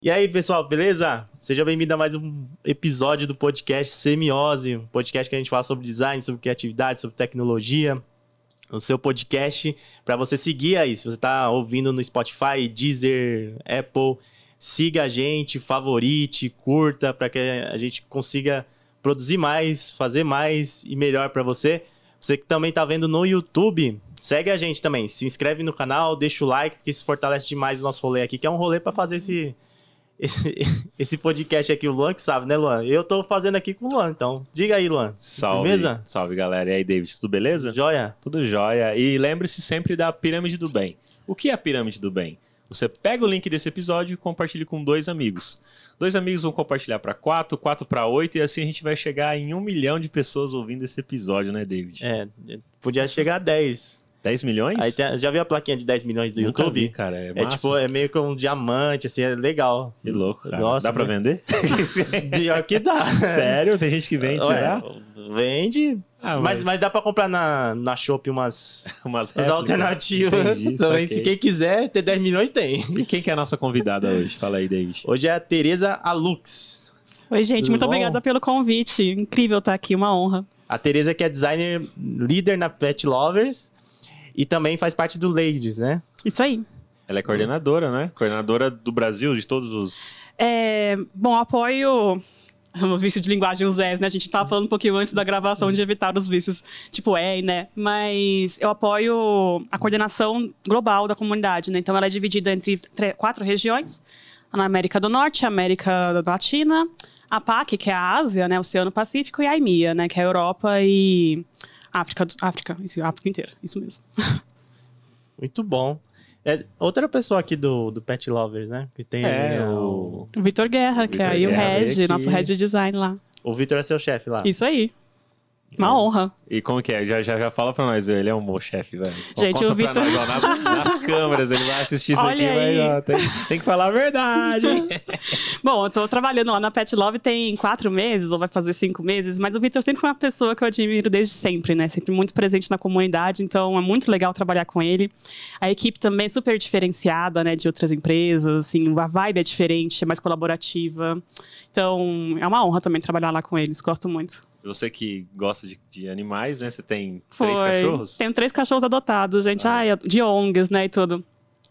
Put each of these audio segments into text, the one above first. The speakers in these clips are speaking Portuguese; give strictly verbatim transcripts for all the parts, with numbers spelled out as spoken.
E aí, pessoal, beleza? Seja bem-vindo a mais um episódio do podcast Semiose, um podcast que a gente fala sobre design, sobre criatividade, sobre tecnologia. O seu podcast para você seguir aí. Se você tá ouvindo no Spotify, Deezer, Apple, siga a gente, favorite, curta, para que a gente consiga produzir mais, fazer mais e melhor para você. Você que também tá vendo no YouTube, segue a gente também. Se inscreve no canal, deixa o like, porque isso fortalece demais o nosso rolê aqui, que é um rolê para fazer esse... Esse podcast aqui, o Luan que sabe, né, Luan? Eu tô fazendo aqui com o Luan, então. Diga aí, Luan. Salve. Beleza? Salve, galera. E aí, David, tudo beleza? Joia? Tudo jóia. E lembre-se sempre da pirâmide do bem. O que é a pirâmide do bem? Você pega o link desse episódio e compartilha com dois amigos. Dois amigos vão compartilhar para quatro, quatro para oito, e assim a gente vai chegar em um milhão de pessoas ouvindo esse episódio, né, David? É, podia chegar a dez. dez milhões? Aí tem, já viu a plaquinha de dez milhões do Nunca YouTube? Vi, cara. É, é massa. tipo, é meio que um diamante, assim, é legal. Que louco, cara. Nossa, dá pra né? vender? Pior que dá. Sério? Tem gente que vende, Ué, será? Vende. Ah, mas... Mas, mas dá pra comprar na, na Shopee umas, Umas umas alternativas. Entendi, Também, saquei. se quem quiser ter dez milhões, tem. E quem que é a nossa convidada hoje? Fala aí, David. Hoje é a Tereza Alux. Oi, gente, Tudo muito bom? obrigada pelo convite. Incrível estar aqui, uma honra. A Tereza que é designer líder na Pet Lovers e também faz parte do Ladies, né? Isso aí. Ela é coordenadora, né? Coordenadora do Brasil, de todos os... É, bom, apoio o vício de linguagem, os S, né? A gente tava falando um pouquinho antes da gravação de evitar os vícios, tipo E, né? Mas eu apoio a coordenação global da comunidade, né? Então ela é dividida entre tre- quatro regiões. Na América do Norte, América Latina, a PAC, que é a Ásia, né? Oceano Pacífico, e a EMEA, né? Que é a Europa e... África, África, isso, África inteira, isso mesmo. Muito bom. É outra pessoa aqui do, do Pet Lovers, né? Que tem É, ali, ó, o... O Vitor Guerra, que é Vitor aí o Guerra veio Reg, aqui. nosso Head de Design lá. o Vitor é seu chefe lá. Isso aí. Uma honra. E como que é? Já, já, já fala pra nós, ele é um bom chefe, velho. Gente, Conta o pra Vitor- nós, ó, nas, nas câmeras, ele vai assistir isso Olha aqui, aí. mas ó, tem, tem que falar a verdade. Bom, eu tô trabalhando lá na Pet Love tem quatro meses, ou vai fazer cinco meses, mas o Vitor sempre foi uma pessoa que eu admiro desde sempre, né? Sempre muito presente na comunidade, então é muito legal trabalhar com ele. A equipe também é super diferenciada, né, de outras empresas, assim, a vibe é diferente, é mais colaborativa. Então, é uma honra também trabalhar lá com eles, gosto muito. Você que gosta de, de animais, né? Você tem Foi. três cachorros? Tenho três cachorros adotados, gente. Ah. Ai, de O N Gs, né, e tudo.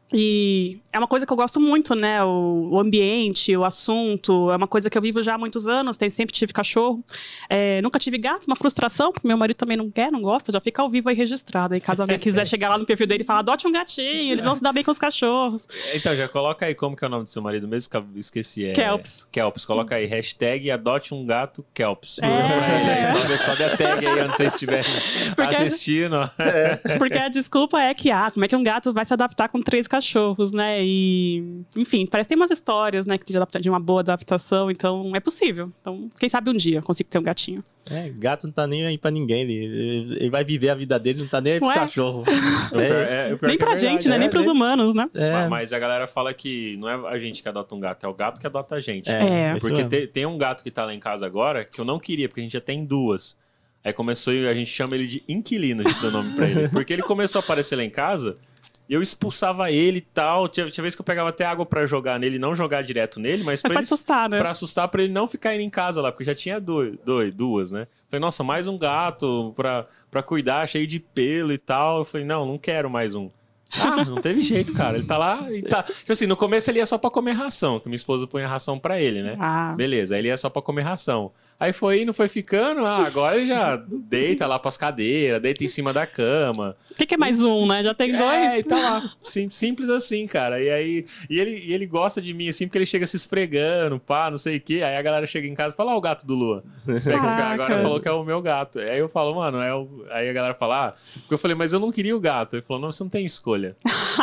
E é uma coisa que eu gosto muito, né? O, o ambiente, o assunto. É uma coisa que eu vivo já há muitos anos. Tem, sempre tive cachorro. É, nunca tive gato, uma frustração, porque meu marido também não quer, não gosta. Já fica ao vivo aí registrado. Aí, caso alguém quiser chegar lá no perfil dele e falar, adote um gatinho, eles vão se dar bem com os cachorros. Então, já coloca aí como que é o nome do seu marido mesmo, que eu esqueci. É... Kelps. Kelps, coloca aí, hashtag adote um gato Kelps. É. Manda pra ele aí, sobe, sobe a tag aí onde vocês estiverem Porque- assistindo. Porque a desculpa é que, ah, como é que um gato vai se adaptar com três cachorros, né? E, enfim, parece que tem umas histórias, né, que de, adapta- de uma boa adaptação, então é possível. Então, quem sabe um dia eu consigo ter um gatinho. É, gato não tá nem aí pra ninguém. Ele, ele vai viver a vida dele, não tá nem aí pros Ué? cachorros. O pior É, é- o pior Nem que é pra verdade, gente, né? é, Nem pros né? humanos, né? é, Mas- Mas a galera fala que não é a gente que adota um gato, é o gato que adota a gente. É. isso Porque mesmo. te- tem um gato que tá lá em casa agora que eu não queria, porque a gente já tem duas. Aí começou e a gente chama ele de inquilino, a gente deu nome pra ele. Porque ele começou a aparecer lá em casa, eu expulsava ele e tal. Tinha, tinha vez que eu pegava até água pra jogar nele, não jogar direto nele, mas, Mas pra, pode ele, assustar, né? pra assustar, pra ele não ficar indo em casa lá, porque já tinha dois, dois, duas, né? Falei, nossa, mais um gato pra, pra cuidar, cheio de pelo e tal. Eu falei, não, não quero mais um. Ah, não teve jeito, cara. Ele tá lá e tá. Tipo assim, no começo ele ia só pra comer ração, que minha esposa põe a ração pra ele, né? Ah. Beleza, aí ele ia só pra comer ração. Aí foi indo, foi ficando, ah, agora ele já deita lá pras cadeiras, deita em cima da cama. O que, que é mais um, né? Já tem É, dois? e tá lá. Sim- simples assim, cara. E aí, e ele, e ele gosta de mim, assim, porque ele chega se esfregando, pá, não sei o quê. Aí a galera chega em casa e fala, ó, o gato do Luan. Caraca. Agora falou que é o meu gato. Aí eu falo, mano, é o... Aí a galera fala, ah, porque eu falei, mas eu não queria o gato. Ele falou, não, você não tem escolha.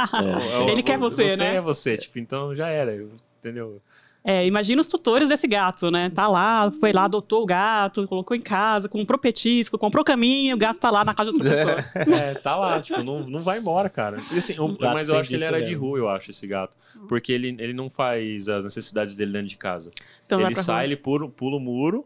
É o- Ele quer você, você né? é você, tipo, então já era, eu- entendeu? É, imagina os tutores desse gato, né? Tá lá, foi lá, adotou o gato, colocou em casa, comprou petisco, comprou caminho, o gato tá lá na casa de outra pessoa. É, tá lá, tipo, não, não vai embora, cara. E, assim, o- gato mas eu tem acho que ele disso era de mesmo. rua, eu acho, esse gato. Porque ele, ele não faz as necessidades dele dentro de casa. Então vai ele pra sai, rua. ele pula, pula o muro,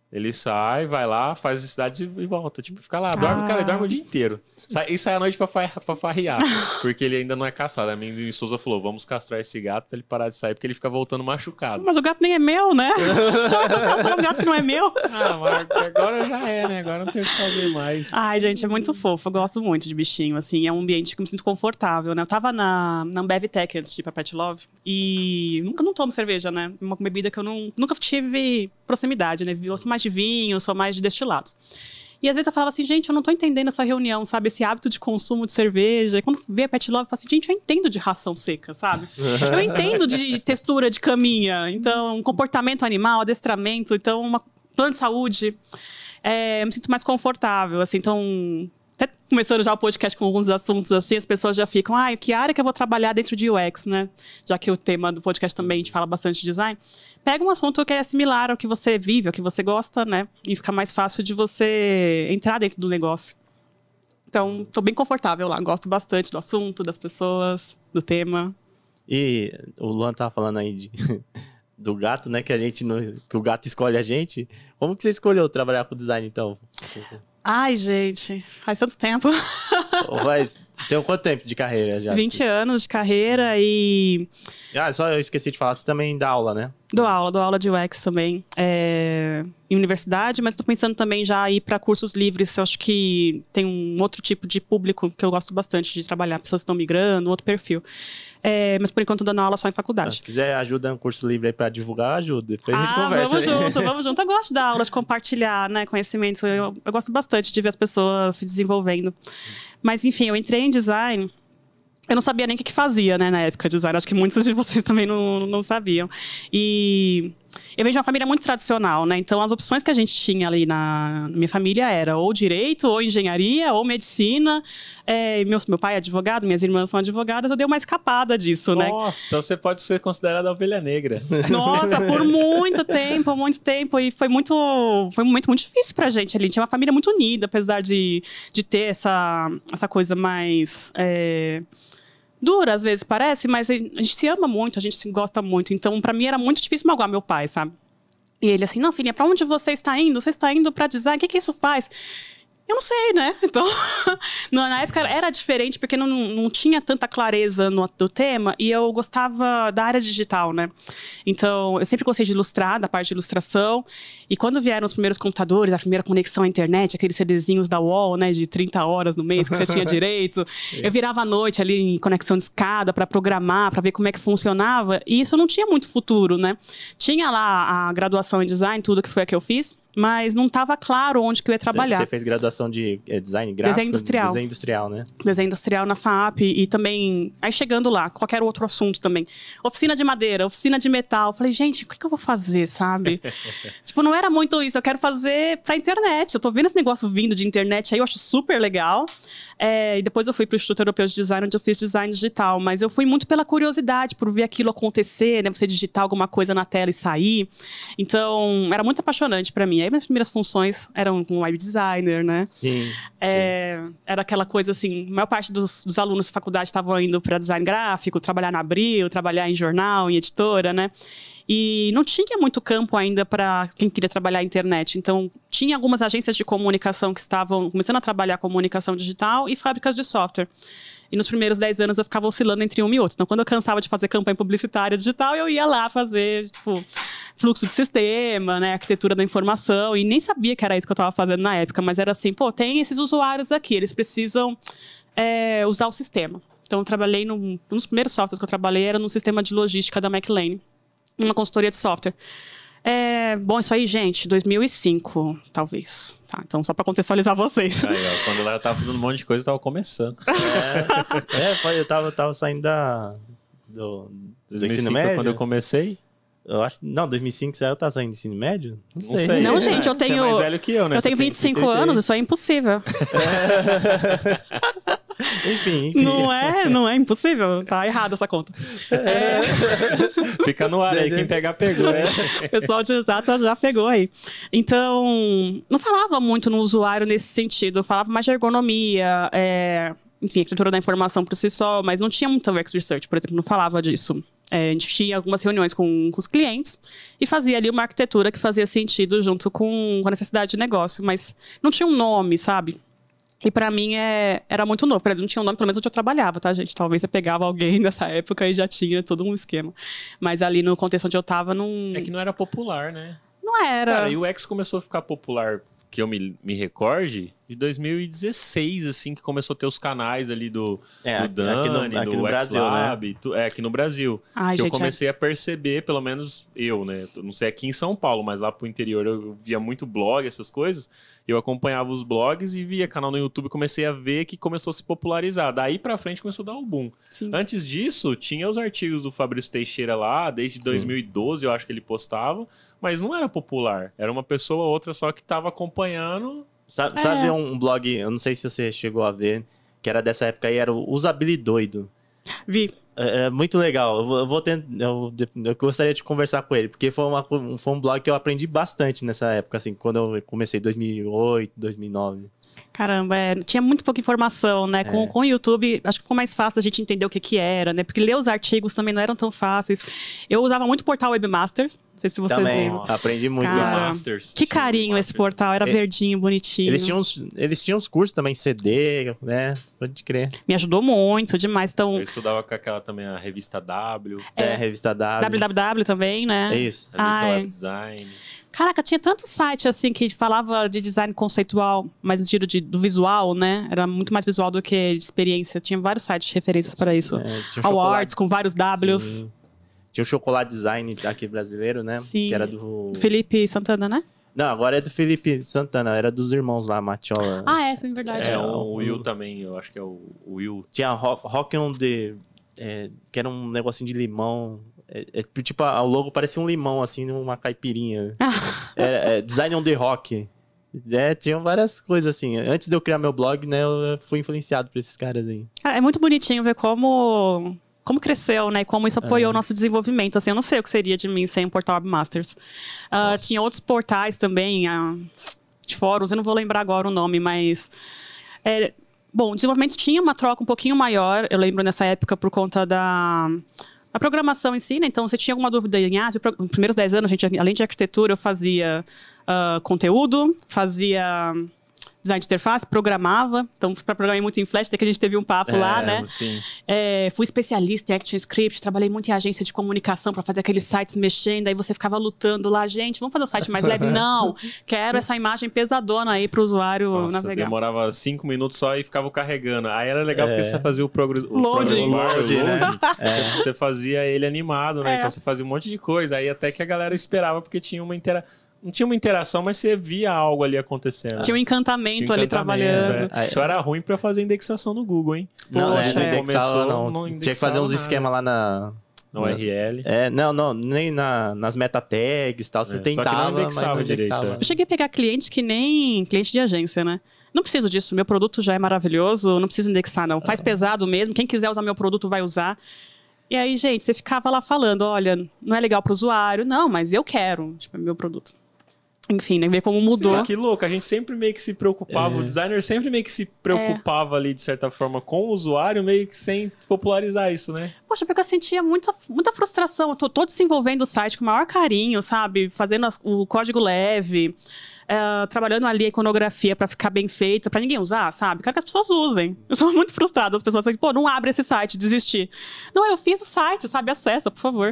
Ele sai, vai lá, faz as necessidades e volta. Tipo, fica lá, dorme, Ah. cara, ele dorme o dia inteiro. Sai, e sai à noite pra, fa pra farrear, porque ele ainda não é caçado. A minha esposa falou, vamos castrar esse gato pra ele parar de sair, porque ele fica voltando machucado. Mas o gato nem é meu, né? É um gato que não é meu. Ah, mas agora já é, né? Agora não tem o que fazer mais. Ai, gente, é muito fofo. Eu gosto muito de bichinho, assim. É um ambiente que eu me sinto confortável, né? Eu tava na, na Ambev Tech antes de ir pra Pet Love. E nunca não tomo cerveja, né? Uma bebida que eu não, nunca tive proximidade, né? Eu sou mais de vinho, sou mais de destilados. E às vezes eu falava assim, gente, eu não tô entendendo essa reunião, sabe? Esse hábito de consumo de cerveja. E quando vê a Pet Love, eu falo assim, gente, eu entendo de ração seca, sabe? Eu entendo de textura de caminha. Então, comportamento animal, adestramento. Então, uma plano de saúde. É, eu me sinto mais confortável, assim. Então, até começando já o podcast com alguns assuntos, assim, as pessoas já ficam, ah, que área que eu vou trabalhar dentro de U X, né? Já que o tema do podcast também, a gente fala bastante de design. Pega um assunto que é similar ao que você vive, ao que você gosta, né? E fica mais fácil de você entrar dentro do negócio. Então, tô bem confortável lá. Gosto bastante do assunto, das pessoas, do tema. E o Luan tava falando aí de, do gato, né? Que a gente não, que o gato escolhe a gente. Como que você escolheu trabalhar com design, então? Ai, gente, faz tanto tempo. Vai, tem quanto tempo de carreira já? vinte anos de carreira e Ah, só eu esqueci de falar, você também dá aula, né? dou aula, dou aula de U X também, é, em universidade, mas estou pensando também já ir para cursos livres. Eu acho que tem um outro tipo de público que eu gosto bastante de trabalhar, pessoas que estão migrando, outro perfil. É, mas por enquanto dando aula só em faculdade. Se quiser ajuda um curso livre aí pra divulgar, ajuda. Depois a gente Ah, conversa. vamos aí. junto, vamos junto. Eu gosto de dar aula, de compartilhar, né, conhecimentos. Eu, eu gosto bastante de ver as pessoas se desenvolvendo. Mas, enfim, eu entrei em design. Eu não sabia nem o que, que fazia, né, na época de design. Acho que muitos de vocês também não, não sabiam. E eu venho de uma família muito tradicional, né? Então, as opções que a gente tinha ali na, na minha família era ou direito, ou engenharia, ou medicina. É, meu, meu pai é advogado, minhas irmãs são advogadas. Eu dei uma escapada disso, né? Nossa, então você pode ser considerada a ovelha negra. Nossa, por muito tempo, muito tempo. E foi muito, foi um momento muito difícil pra gente ali. Tinha uma família muito unida, apesar de, de ter essa, essa coisa mais... É, dura, às vezes, parece, mas a gente se ama muito, a gente se gosta muito. Então, pra mim, era muito difícil magoar meu pai, sabe? E ele assim, não, filhinha, pra onde você está indo? Você está indo pra design, o que que isso faz? Eu não sei, né? Então, na época era diferente, porque não, não tinha tanta clareza no, do tema, e eu gostava da área digital, né? Então, eu sempre gostei de ilustrar, da parte de ilustração, e quando vieram os primeiros computadores, a primeira conexão à internet, aqueles CDzinhos da U O L, né, de trinta horas no mês que você tinha direito, eu virava à noite ali em conexão de escada para programar, para ver como é que funcionava, e isso não tinha muito futuro, né? Tinha lá a graduação em design, tudo que foi a que eu fiz, mas não estava claro onde que eu ia trabalhar. Você fez graduação de é, design gráfico? Desenho industrial. Desenho industrial, né? Desenho industrial na F A P e também... Aí chegando lá, qualquer outro assunto também. Oficina de madeira, oficina de metal. Falei, gente, o que, que eu vou fazer, sabe? Tipo, não era muito isso. Eu quero fazer pra internet. Eu tô vendo esse negócio vindo de internet aí, eu acho super legal. É, e depois eu fui pro Instituto Europeu de Design, onde eu fiz design digital. Mas eu fui muito pela curiosidade, por ver aquilo acontecer, né? Você digitar alguma coisa na tela e sair. Então, era muito apaixonante pra mim. Aí minhas primeiras funções eram com web designer, né? Sim. É, sim. Era aquela coisa assim, a maior parte dos, dos alunos da faculdade estavam indo para design gráfico, trabalhar na Abril, trabalhar em jornal, em editora, né? E não tinha muito campo ainda para quem queria trabalhar na internet. Então, tinha algumas agências de comunicação que estavam começando a trabalhar comunicação digital e fábricas de software. E nos primeiros dez anos eu ficava oscilando entre um e outro. Então, quando eu cansava de fazer campanha publicitária digital, eu ia lá fazer, tipo, fluxo de sistema, né, arquitetura da informação. E nem sabia que era isso que eu estava fazendo na época. Mas era assim, pô, tem esses usuários aqui, eles precisam é, usar o sistema. Então, eu trabalhei, no, um dos primeiros softwares que eu trabalhei era no sistema de logística da McLane, uma consultoria de software. É, bom, isso aí, gente, dois mil e cinco, talvez. Tá, então, só para contextualizar vocês. Aí, ó, quando ela tava fazendo um monte de coisa, eu tava começando. É, é foi, eu tava, tava saindo da, do, do ensino médio. Quando eu comecei. Eu acho, não, dois mil e cinco eu tava saindo do ensino médio? Não sei. Não, É, gente, eu você é tenho... mais velho que eu, né? Eu tenho Você tem vinte e cinco trinta e três. anos, isso é impossível. Enfim, enfim. Não é, não é impossível. Tá errada essa conta. É, Fica no ar aí, quem pegar, pegou. né? o pessoal de exata já pegou aí. Então, não falava muito no usuário nesse sentido. Eu falava mais de ergonomia, é, enfim, arquitetura da informação por si só, mas não tinha muita U X research, por exemplo, não falava disso. É, a gente tinha algumas reuniões com, com os clientes e fazia ali uma arquitetura que fazia sentido junto com, com a necessidade de negócio, mas não tinha um nome, sabe? E pra mim é, era muito novo. Pra mim não tinha um nome, pelo menos onde eu trabalhava, tá, gente? Talvez eu pegava alguém nessa época e já tinha todo um esquema. Mas ali no contexto onde eu tava, não... É que não era popular, né? Não era. Cara, e o X começou a ficar popular, que eu me, me recorde, de dois mil e dezesseis, assim, que começou a ter os canais ali do, É, do aqui- Dani, aqui no- aqui do no Brasil, X-Lab, tu- é, aqui no Brasil. Ai, que eu gente, é- comecei a perceber, pelo menos eu, né? Eu não sei aqui em São Paulo, mas lá pro interior eu via muito blog, essas coisas. Eu acompanhava os blogs e via canal no YouTube, comecei a ver que começou a se popularizar. Daí pra frente começou a dar um boom. Sim. Antes disso, tinha os artigos do Fabrício Teixeira lá, desde dois mil e doze eu acho que ele postava, mas não era popular. Era uma pessoa ou outra só que tava acompanhando. Sabe, É. sabe um blog, eu não sei se você chegou a ver, que era dessa época aí, era o Usabilidoido. Vi. É, é muito legal. Eu vou, eu vou ter, eu, eu gostaria de conversar com ele, porque foi, uma, foi um blog que eu aprendi bastante nessa época, assim, quando eu comecei em dois mil e oito, dois mil e nove. Caramba, é, tinha muito pouca informação, né? Com, É. com o YouTube, acho que ficou mais fácil a gente entender o que que era, né? Porque ler os artigos também não eram tão fáceis. Eu usava muito o portal Webmasters, não sei se vocês Também, lembram. aprendi muito. Cara, lá. Masters. Que carinho esse portal, era É, verdinho, bonitinho. Eles tinham, uns, eles tinham uns cursos também, C D, né? Pode crer. Me ajudou muito, demais. Então, Eu estudava com aquela também, a revista W, É, revista W. W W W também, né? É isso. a revista Ai. Web Design. Caraca, tinha tanto site assim que falava de design conceitual, mas no estilo de, do visual, né? Era muito mais visual do que de experiência. Tinha vários sites de referências para isso. É, tinha o Awards com vários Ws. Sim. Tinha o Chocolate Design aqui brasileiro, né? Sim. Que era do... Felipe Santana, né? Não, agora é do Felipe Santana, era dos irmãos lá, Matiola. Ah, é, sim, verdade. É, É, o o- Will também, eu acho que é o Will. Tinha Rock, rock on the... é, que era um negocinho de limão. É, é, tipo, a- o logo parecia um limão, assim, numa caipirinha. É, é, Design on the Rock. É, tinha várias coisas assim. Antes de eu criar meu blog, né, eu fui influenciado por esses caras aí. Cara, é muito bonitinho ver como, como cresceu, né? E como isso apoiou o nosso desenvolvimento. Assim, eu não sei o que seria de mim sem o portal Webmasters. Ah, Nossa. tinha outros portais também, ah, de fóruns, eu não vou lembrar agora o nome, mas... é, bom, o desenvolvimento tinha uma troca um pouquinho maior, eu lembro nessa época por conta da... A programação em si, né? Então, você tinha alguma dúvida em arte? Nos primeiros dez anos, a gente, além de arquitetura, eu fazia ah, conteúdo, fazia design de interface, programava. Então, para programar muito em Flash, até que a gente teve um papo lá, É, né? Sim. É, fui especialista em ActionScript, trabalhei muito em agência de comunicação para fazer aqueles sites mexendo, aí você ficava lutando lá, gente, vamos fazer um site mais leve? Não, quero essa imagem pesadona aí para o usuário Nossa, navegar. demorava cinco minutos só e ficava carregando. Aí era legal porque É. você fazia o, progress, o Loading. progress bar, o Load, né? loading. Você, você fazia ele animado, né? É. Então você fazia um monte de coisa. Aí até que a galera esperava porque tinha uma interação. Não tinha uma interação, mas você via algo ali acontecendo. Tinha um encantamento, Tinha ali encantamento, trabalhando. é. Só era ruim pra fazer indexação no Google, hein? Não, Poxa, é, não é. indexava, Começou, não. não Tinha que fazer uns indexava esquemas lá na... No U R L. É, não, não, nem na, nas meta tags e tal. Você É, só que não tentava, mas indexava não direito, indexava. é. Eu cheguei a pegar cliente que nem cliente de agência, né? Não preciso disso, meu produto já é maravilhoso, não preciso indexar, não. Faz pesado mesmo, quem quiser usar meu produto vai usar. E aí, gente, você ficava lá falando, olha, não é legal para o usuário. Não, mas eu quero, tipo, é meu produto. Enfim, né? Ver como mudou. Sim, que louco, a gente sempre meio que se preocupava, É. o designer sempre meio que se preocupava ali, de certa forma, com o usuário, meio que sem popularizar isso, né? Poxa, porque eu sentia muita, muita frustração. Eu tô, tô desenvolvendo o site com o maior carinho, sabe? Fazendo as- o código leve, é, trabalhando ali a iconografia pra ficar bem feita, pra ninguém usar, sabe? Quero que as pessoas usem. Eu sou muito frustrada. As pessoas falam, pô, não abre esse site, desistir. Não, eu fiz o site, sabe? Acessa, por favor.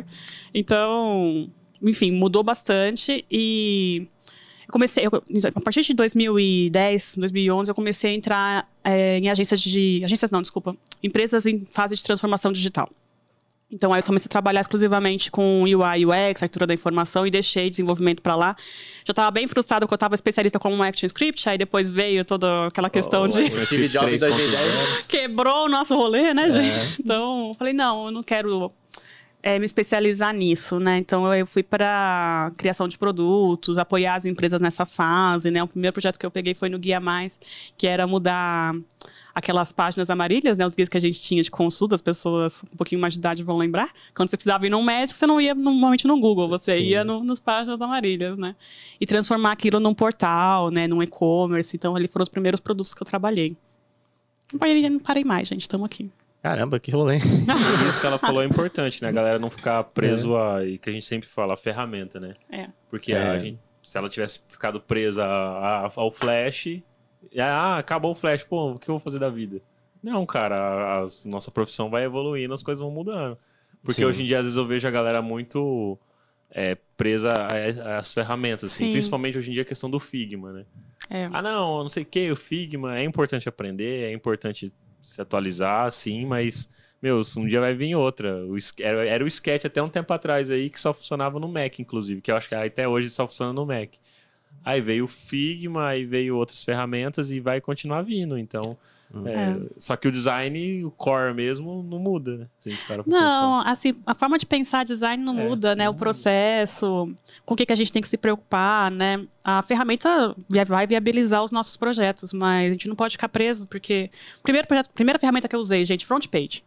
Então, enfim, mudou bastante e... Eu comecei, eu, a partir de dois mil e dez, dois mil e onze, eu comecei a entrar é, em agências de... Agências não, desculpa. Empresas em fase de transformação digital. Então, aí eu comecei a trabalhar exclusivamente com U I, U X, arquitetura da informação, e deixei desenvolvimento para lá. Já estava bem frustrada porque eu estava especialista como ActionScript, aí depois veio toda aquela questão Oh, de... o Steve Jobs em dois mil e dez. Quebrou o nosso rolê, né, gente? Então, eu falei, não, eu não quero... É, me especializar nisso, né? Então eu fui para criação de produtos, apoiar as empresas nessa fase, né? O primeiro projeto que eu peguei foi no Guia Mais, que era mudar aquelas páginas amarelas, né? Os guias que a gente tinha de consulta, as pessoas um pouquinho mais de idade vão lembrar. Quando você precisava ir num médico, você não ia normalmente no Google, você Sim. ia no, nas páginas amarelas, né? E transformar aquilo num portal, né? Num e-commerce. Então ali foram os primeiros produtos que eu trabalhei. Não parei, não parei mais, gente. Estamos aqui. Caramba, que rolê. Isso que ela falou é importante, né? A galera não ficar preso a... E que a gente sempre fala, a ferramenta, né? É. Porque É. a gente, se ela tivesse ficado presa a- a- ao Flash... e, Ah, acabou o Flash. Pô, o que eu vou fazer da vida? Não, cara. A, a nossa profissão vai evoluindo, as coisas vão mudando. Porque Sim. hoje em dia, às vezes, eu vejo a galera muito... é, presa a- às ferramentas, assim. Sim. Principalmente hoje em dia a questão do Figma, né? É. Ah, não, não sei o que, o Figma é importante aprender, é importante se atualizar, sim, mas, meu, um dia vai vir outra. O, sk- era, era o Sketch até um tempo atrás aí, que só funcionava no Mac, inclusive, que eu acho que até hoje só funciona no Mac. Aí veio o Figma, aí veio outras ferramentas e vai continuar vindo, então... é, É. Só que o design, o core mesmo, não muda, né? Se a gente para pra Não, assim, a forma de pensar design não É, muda, né? não O muda. processo, com o que, que a gente tem que se preocupar, né? A ferramenta via- vai viabilizar os nossos projetos, mas a gente não pode ficar preso, porque... Primeiro projeto, primeira ferramenta que eu usei, gente, front page.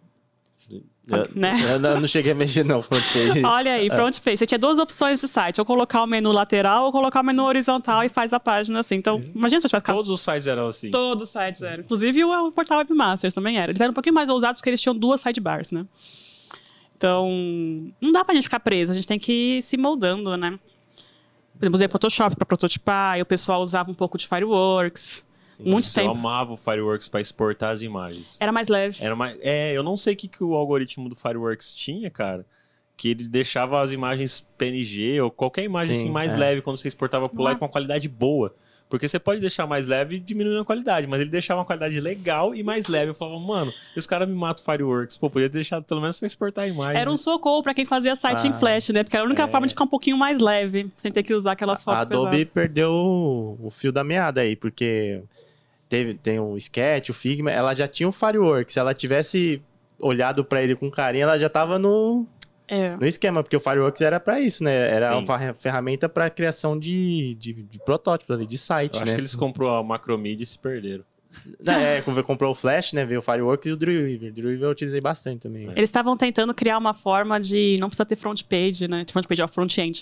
Eu, Né? eu não, não cheguei a mexer, não, front page. Olha aí, front page. Você tinha duas opções de site, ou colocar o menu lateral ou colocar o menu horizontal e faz a página assim. Então, imagina se eu tivesse ficado Todos os sites eram assim. todos os sites eram. Inclusive o, o portal Webmasters também era. Eles eram um pouquinho mais ousados porque eles tinham duas sidebars, né? Então, não dá pra gente ficar preso, a gente tem que ir se moldando, né? Por exemplo, usei Photoshop pra prototipar, e o pessoal usava um pouco de Fireworks. Muito Nossa, eu tempo. amava o Fireworks para exportar as imagens. Era mais leve. Era uma... É, eu não sei o que, que o algoritmo do Fireworks tinha, cara. Que ele deixava as imagens P N G ou qualquer imagem Sim, assim mais é. leve quando você exportava por lá Ah. e com uma qualidade boa. Porque você pode deixar mais leve e diminuindo a qualidade, mas ele deixava uma qualidade legal e mais leve. Eu falava, mano, e os caras me matam o Fireworks. Pô, podia ter deixado pelo menos pra exportar a imagem. Era um né? socorro pra quem fazia site em Ah. Flash, né? Porque era a única É. forma de ficar um pouquinho mais leve, sem ter que usar aquelas A fotos Adobe pesadas. perdeu o, o fio da meada aí, porque teve, tem o Sketch, o Figma, ela já tinha o Fireworks. Se ela tivesse olhado pra ele com carinho, ela já tava no, É. no esquema, porque o Fireworks era pra isso, né? Era Sim. uma ferra- ferramenta pra criação de, de, de protótipos ali, de site, Eu né? acho que eles comprou a Macromedia e se perderam. É, quando comprou o Flash, né? Veio o Fireworks e o Dreamweaver. O Dreamweaver eu utilizei bastante também. Eles estavam tentando criar uma forma de não precisa ter front page, né? Front page, ó, front-end.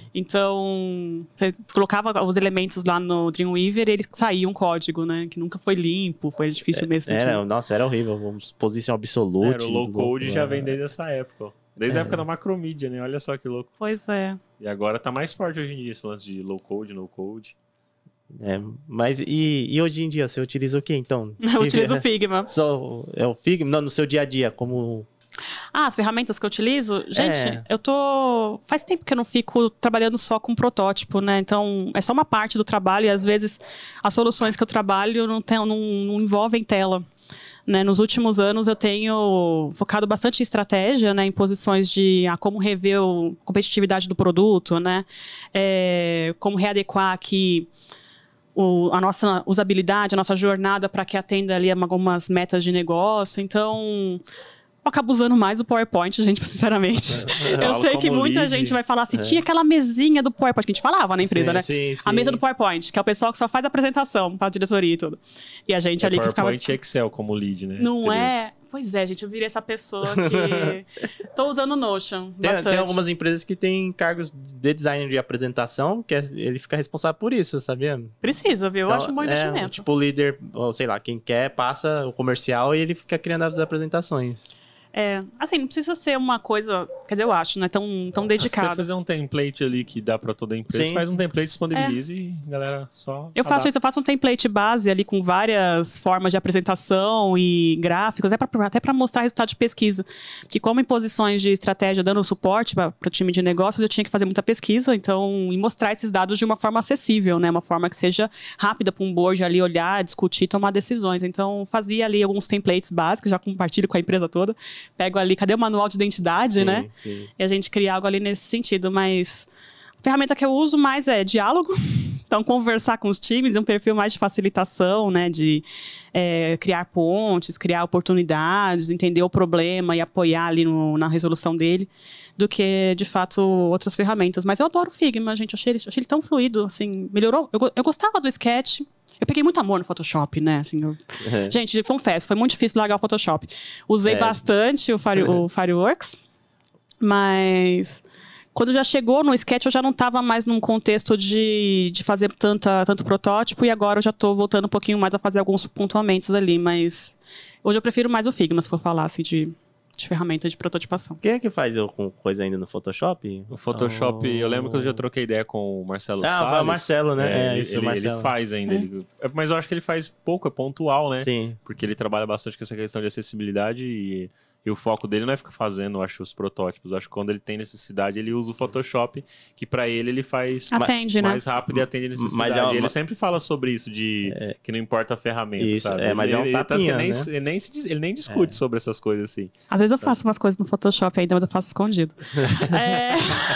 Então, você colocava os elementos lá no Dreamweaver e eles saíam um código, né? Que nunca foi limpo, foi difícil mesmo. de- Era, nossa, era horrível. Posição absoluta. Era, o low code já vem desde essa época, ó. Desde a época da Macromedia, né? Olha só que louco. Pois é. E agora tá mais forte hoje em dia esse lance de low code, no code. É, mas e, e hoje em dia, você utiliza o que então? Eu utilizo o Figma. Só, é o Figma? Não, no seu dia a dia, como... Ah, as ferramentas que eu utilizo? Gente, É. eu tô... Faz tempo que eu não fico trabalhando só com protótipo, né? Então, é só uma parte do trabalho e às vezes as soluções que eu trabalho não, tem, não, não envolvem tela. Né, nos últimos anos eu tenho focado bastante em estratégia, né, em posições de ah, como rever a competitividade do produto, né, é, como readequar aqui o, a nossa usabilidade, a nossa jornada para que atenda ali algumas metas de negócio. Então, eu acabo usando mais o PowerPoint, gente, sinceramente. Eu Falo sei que como muita lead. gente vai falar assim, tinha aquela mesinha do PowerPoint que a gente falava na empresa, Sim, né? sim, A sim. mesa do PowerPoint, que é o pessoal que só faz a apresentação para a diretoria e tudo. E a gente É ali que ficava... PowerPoint e Excel como lead, né? Não Tereza? é? Pois é, gente, eu virei essa pessoa que... Tô usando o Notion Tem, bastante. tem algumas empresas que têm cargos de designer de apresentação, que é- ele fica responsável por isso, sabia? Precisa, viu? Eu Então, acho um bom é, investimento. tipo, o líder, ou sei lá, quem quer, passa o comercial e ele fica criando as apresentações. É, assim, não precisa ser uma coisa... Quer dizer, eu acho, não é tão, tão Se você dedicado. fazer um template ali que dá pra toda a empresa, Sim. você faz um template, disponibiliza e a galera só Eu faço isso, eu faço um template base ali com várias formas de apresentação e gráficos, até para até para mostrar resultado de pesquisa. Que como em posições de estratégia, dando suporte para o time de negócios, eu tinha que fazer muita pesquisa, então, e mostrar esses dados de uma forma acessível, né? Uma forma que seja rápida para um board ali olhar, discutir, tomar decisões. Então, fazia ali alguns templates básicos, já compartilho com a empresa toda. Pego ali, cadê o manual de identidade, Sim, né? sim. E a gente cria algo ali nesse sentido, mas a ferramenta que eu uso mais é diálogo. Então, conversar com os times, um perfil mais de facilitação, né? De é, criar pontes, criar oportunidades, entender o problema e apoiar ali no, na resolução dele, do que, de fato, outras ferramentas. Mas eu adoro o Figma, gente. Eu achei ele, achei ele tão fluido, assim, melhorou. Eu, go- eu gostava do Sketch. Eu peguei muito amor no Photoshop, né? Assim, eu- É. Gente, confesso, foi muito difícil largar o Photoshop. Usei É. bastante o, Fire, o Fireworks, mas Quando já chegou no Sketch, eu já não estava mais num contexto de, de fazer tanta, tanto protótipo, e agora eu já estou voltando um pouquinho mais a fazer alguns pontuamentos ali, mas hoje eu prefiro mais o Figma, se for falar assim, de, de ferramenta de prototipação. Quem é que faz eu com coisa ainda no Photoshop? O Photoshop, oh. eu lembro que eu já troquei ideia com o Marcelo ah, Salles. Ah, o Marcelo, né? É, é, isso, ele, Marcelo. ele faz ainda. É. Ele, mas eu acho que ele faz pouco, é pontual, né? Sim. Porque ele trabalha bastante com essa questão de acessibilidade e... E o foco dele não é ficar fazendo, eu acho, os protótipos. Eu acho que quando ele tem necessidade, ele usa o Photoshop, que pra ele ele faz atende, mais né? rápido e atende a necessidade. Mas é uma... E ele sempre fala sobre isso, de é... que não importa a ferramenta, isso, sabe? É, mas ele, é um ele, tapinha, ele, né? nem, ele, nem se, ele nem discute é. sobre essas coisas assim. Às vezes eu faço umas coisas no Photoshop ainda, mas eu faço escondido. é...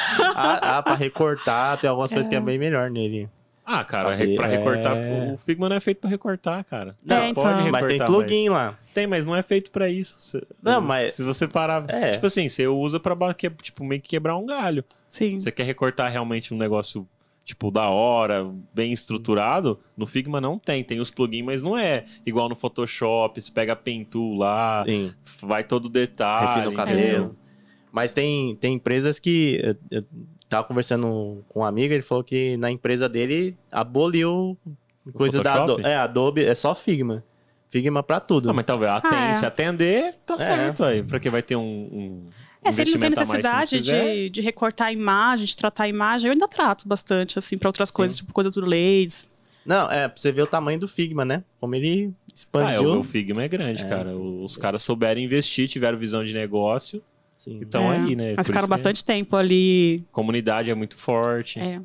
ah, ah, pra recortar, tem algumas é... coisas que é bem melhor nele. Ah, cara, Porque, pra recortar... É... O Figma não é feito pra recortar, cara. Não, é, então. pode recortar, mas tem plugin mas... lá. Tem, mas não é feito pra isso. Você... Não, mas... Se você parar... É. Tipo assim, você usa pra tipo, meio que quebrar um galho. Sim. Você quer recortar realmente um negócio, tipo, da hora, bem estruturado, no Figma não tem. Tem os plugins, mas não é igual no Photoshop. Você pega a Pen Tool lá, Sim. vai todo o detalhe. Refina o cabelo. É. Mas tem, tem empresas que... Eu, eu tava conversando com um amigo, ele falou que na empresa dele aboliu coisa Photoshop? da Adobe. É, Adobe é só Figma. Figma pra tudo. Ah, mas talvez atende, ah, é. se atender, tá é. certo aí. Pra que vai ter um, um É, se ele não tem necessidade mais, se não de, de recortar a imagem, de tratar a imagem, eu ainda trato bastante, assim, pra outras coisas, Sim. tipo coisa do Lades. Não, é, pra você ver o tamanho do Figma, né? Como ele expandiu. Ah, é, o, o Figma é grande, é. cara. Os caras souberam investir, tiveram visão de negócio. Sim. Então é. aí, né? Mas ficaram bastante é. tempo ali. A comunidade é muito forte. É.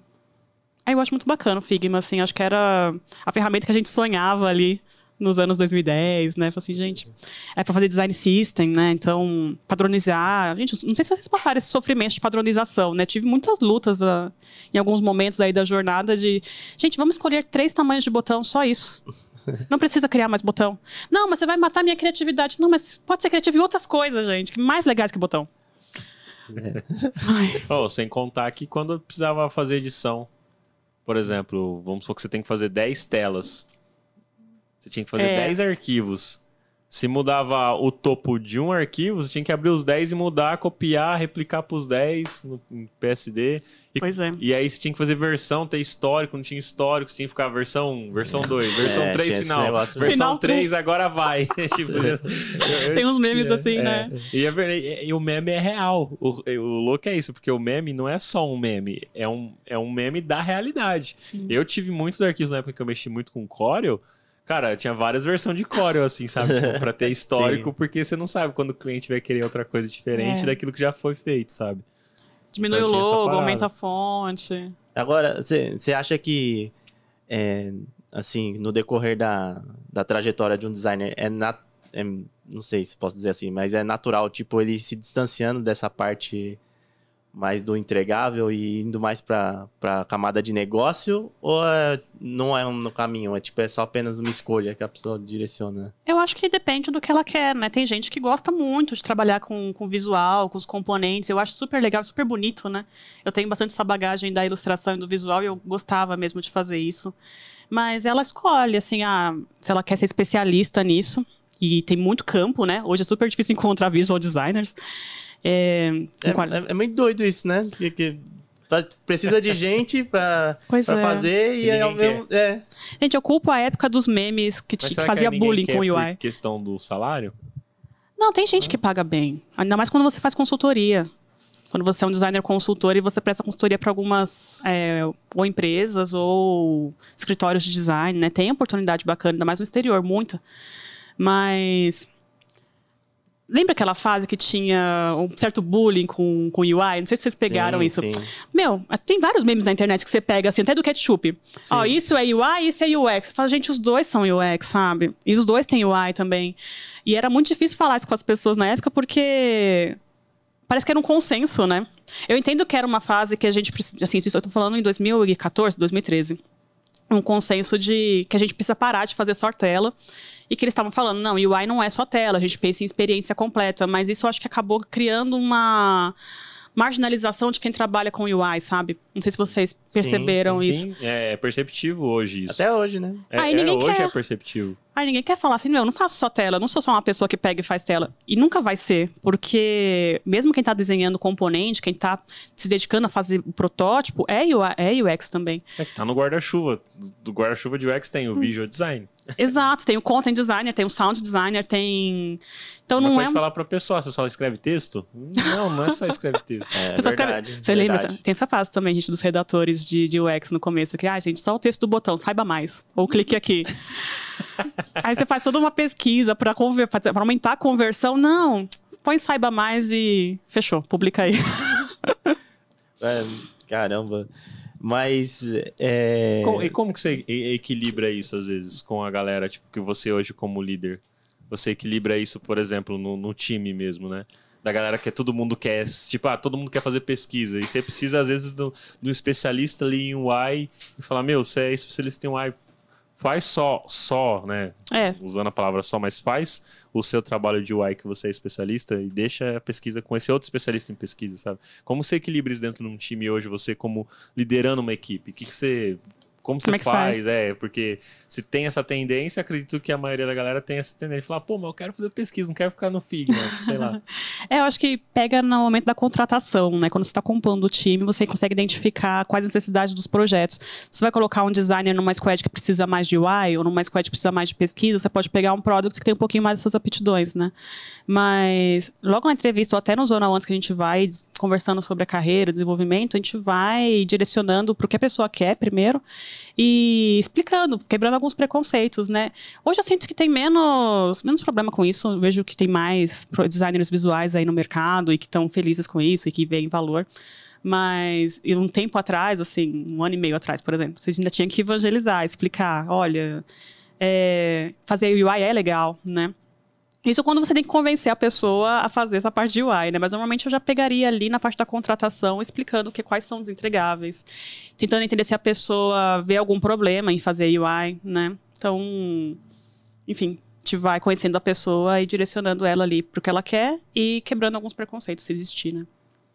Aí eu acho muito bacana o Figma, assim, acho que era a ferramenta que a gente sonhava ali nos anos dois mil e dez, né? Falei assim, gente, é pra fazer design system, né? Então, padronizar. Gente, não sei se vocês passaram esse sofrimento de padronização, né? Tive muitas lutas uh, em alguns momentos aí da jornada de, gente, vamos escolher três tamanhos de botão, só isso. Não precisa criar mais botão. Não, mas você vai matar a minha criatividade. Não, mas pode ser criativo em outras coisas, gente, que mais legais que botão. É. Oh, sem contar que quando eu precisava fazer edição, por exemplo, vamos supor que você tem que fazer dez telas. Você tinha que fazer é. dez arquivos. Se mudava o topo de um arquivo, você tinha que abrir os dez e mudar, copiar, replicar para os dez no em P S D. E, pois é. E aí você tinha que fazer versão, ter histórico, não tinha histórico, você tinha que ficar versão versão dois, versão é, final. Versão final três, agora vai. tipo, eu, Tem uns memes é, assim, é. né? E, e, e o meme é real. O, o louco é isso, porque o meme não é só um meme, é um, é um meme da realidade. Sim. Eu tive muitos arquivos na época que eu mexi muito com Corel. Cara, tinha várias versões de Corel, assim, sabe? Tipo, pra ter histórico, porque você não sabe quando o cliente vai querer outra coisa diferente é. daquilo que já foi feito, sabe? Diminui então, o logo, aumenta a fonte. Agora, você acha que, é, assim, no decorrer da, da trajetória de um designer, é, nat é não sei se posso dizer assim, mas é natural, tipo, ele se distanciando dessa parte mais do entregável e indo mais para a camada de negócio, ou é, não é um caminho, é tipo é só apenas uma escolha que a pessoa direciona? Eu acho que depende do que ela quer, né? Tem gente que gosta muito de trabalhar com, com visual, com os componentes, eu acho super legal, super bonito, né? Eu tenho bastante essa bagagem da ilustração e do visual e eu gostava mesmo de fazer isso. Mas ela escolhe, assim, a, se ela quer ser especialista nisso, e tem muito campo, né? Hoje é super difícil encontrar visual designers. É, é, é, é muito doido isso, né? Que, que precisa de gente pra, pra é. fazer e, e é, mesmo, é. Gente, eu culpo a época dos memes que, que fazia que bullying com o U I. Por questão do salário? Não, tem gente ah. que paga bem. Ainda mais quando você faz consultoria. Quando você é um designer consultor e você presta consultoria para algumas é, ou empresas ou escritórios de design, né? Tem oportunidade bacana, ainda mais no exterior, muita. Mas... Lembra aquela fase que tinha um certo bullying com, com U I? Não sei se vocês pegaram sim, isso. Sim. Meu, tem vários memes na internet que você pega, assim, até do ketchup. Ó, isso é U I, isso é U X. Você fala, gente, os dois são U X, sabe? E os dois têm U I também. E era muito difícil falar isso com as pessoas na época, porque parece que era um consenso, né? Eu entendo que era uma fase que a gente precisa... Assim, isso eu tô falando em dois mil e quatorze, dois mil e treze. Um consenso de que a gente precisa parar de fazer só tela. E que eles estavam falando, não, U I não é só tela, a gente pensa em experiência completa. Mas isso eu acho que acabou criando uma marginalização de quem trabalha com U I, sabe? Não sei se vocês perceberam sim, isso. Sim, é perceptivo hoje isso. Até hoje, né? É, Aí é, ninguém hoje quer. é perceptivo. Aí ninguém quer falar assim, meu, eu não faço só tela, eu não sou só uma pessoa que pega e faz tela. E nunca vai ser, porque mesmo quem tá desenhando o componente, quem tá se dedicando a fazer o protótipo, é U I, é U X também. É que tá no guarda-chuva. Do guarda-chuva de U X tem o visual design. Exato, tem o content designer, tem o sound designer, tem... Então Mas não pode é... falar pra pessoa, você só escreve texto? Não, não é só escreve texto. É Você só escreve- verdade. Você lembra? verdade. Tem essa fase também, gente, dos redatores de, de U X no começo, que, ah, gente, só o texto do botão, saiba mais. Ou clique aqui. Aí você faz toda uma pesquisa pra, conver... pra aumentar a conversão. Não, põe saiba mais e fechou, publica aí. É, caramba. Mas. É... Com- e como que você e- equilibra isso, às vezes, com a galera, tipo, que você hoje como líder? Você equilibra isso, por exemplo, no, no time mesmo, né? Da galera que todo mundo quer, tipo, ah, todo mundo quer fazer pesquisa. E você precisa, às vezes, do, do especialista ali em U I e falar, meu, você é especialista em U I, faz só, só, né? É, Usando a palavra só, mas faz o seu trabalho de U I que você é especialista e deixa a pesquisa com esse outro especialista em pesquisa, sabe? Como você equilibra isso dentro de um time hoje, você como liderando uma equipe? O que, que você... Como você Como é que faz? faz? É, porque se tem essa tendência, acredito que a maioria da galera tem essa tendência de falar, pô, mas eu quero fazer pesquisa, não quero ficar no Figma, sei lá. É, eu acho que pega no momento da contratação, né? Quando você está compondo o time, você consegue identificar quais as necessidades dos projetos. Você vai colocar um designer numa squad que precisa mais de U I ou numa squad que precisa mais de pesquisa, você pode pegar um product que tem um pouquinho mais dessas aptidões, né? Mas logo na entrevista ou até no Zona Antes que a gente vai des- conversando sobre a carreira, desenvolvimento, a gente vai direcionando para o que a pessoa quer primeiro e explicando, quebrando alguns preconceitos, né? Hoje eu sinto que tem menos, menos problema com isso. Eu vejo que tem mais pro- designers visuais aí no mercado e que estão felizes com isso e que veem valor. Mas e um tempo atrás, assim, um ano e meio atrás, por exemplo, vocês ainda tinham que evangelizar, explicar, olha, é, fazer U I é legal, né? Isso quando você tem que convencer a pessoa a fazer essa parte de U I, né? Mas normalmente eu já pegaria ali na parte da contratação, explicando que, quais são os entregáveis, tentando entender se a pessoa vê algum problema em fazer U I, né? Então, enfim, a gente vai conhecendo a pessoa e direcionando ela ali pro que ela quer e quebrando alguns preconceitos, se existir, né?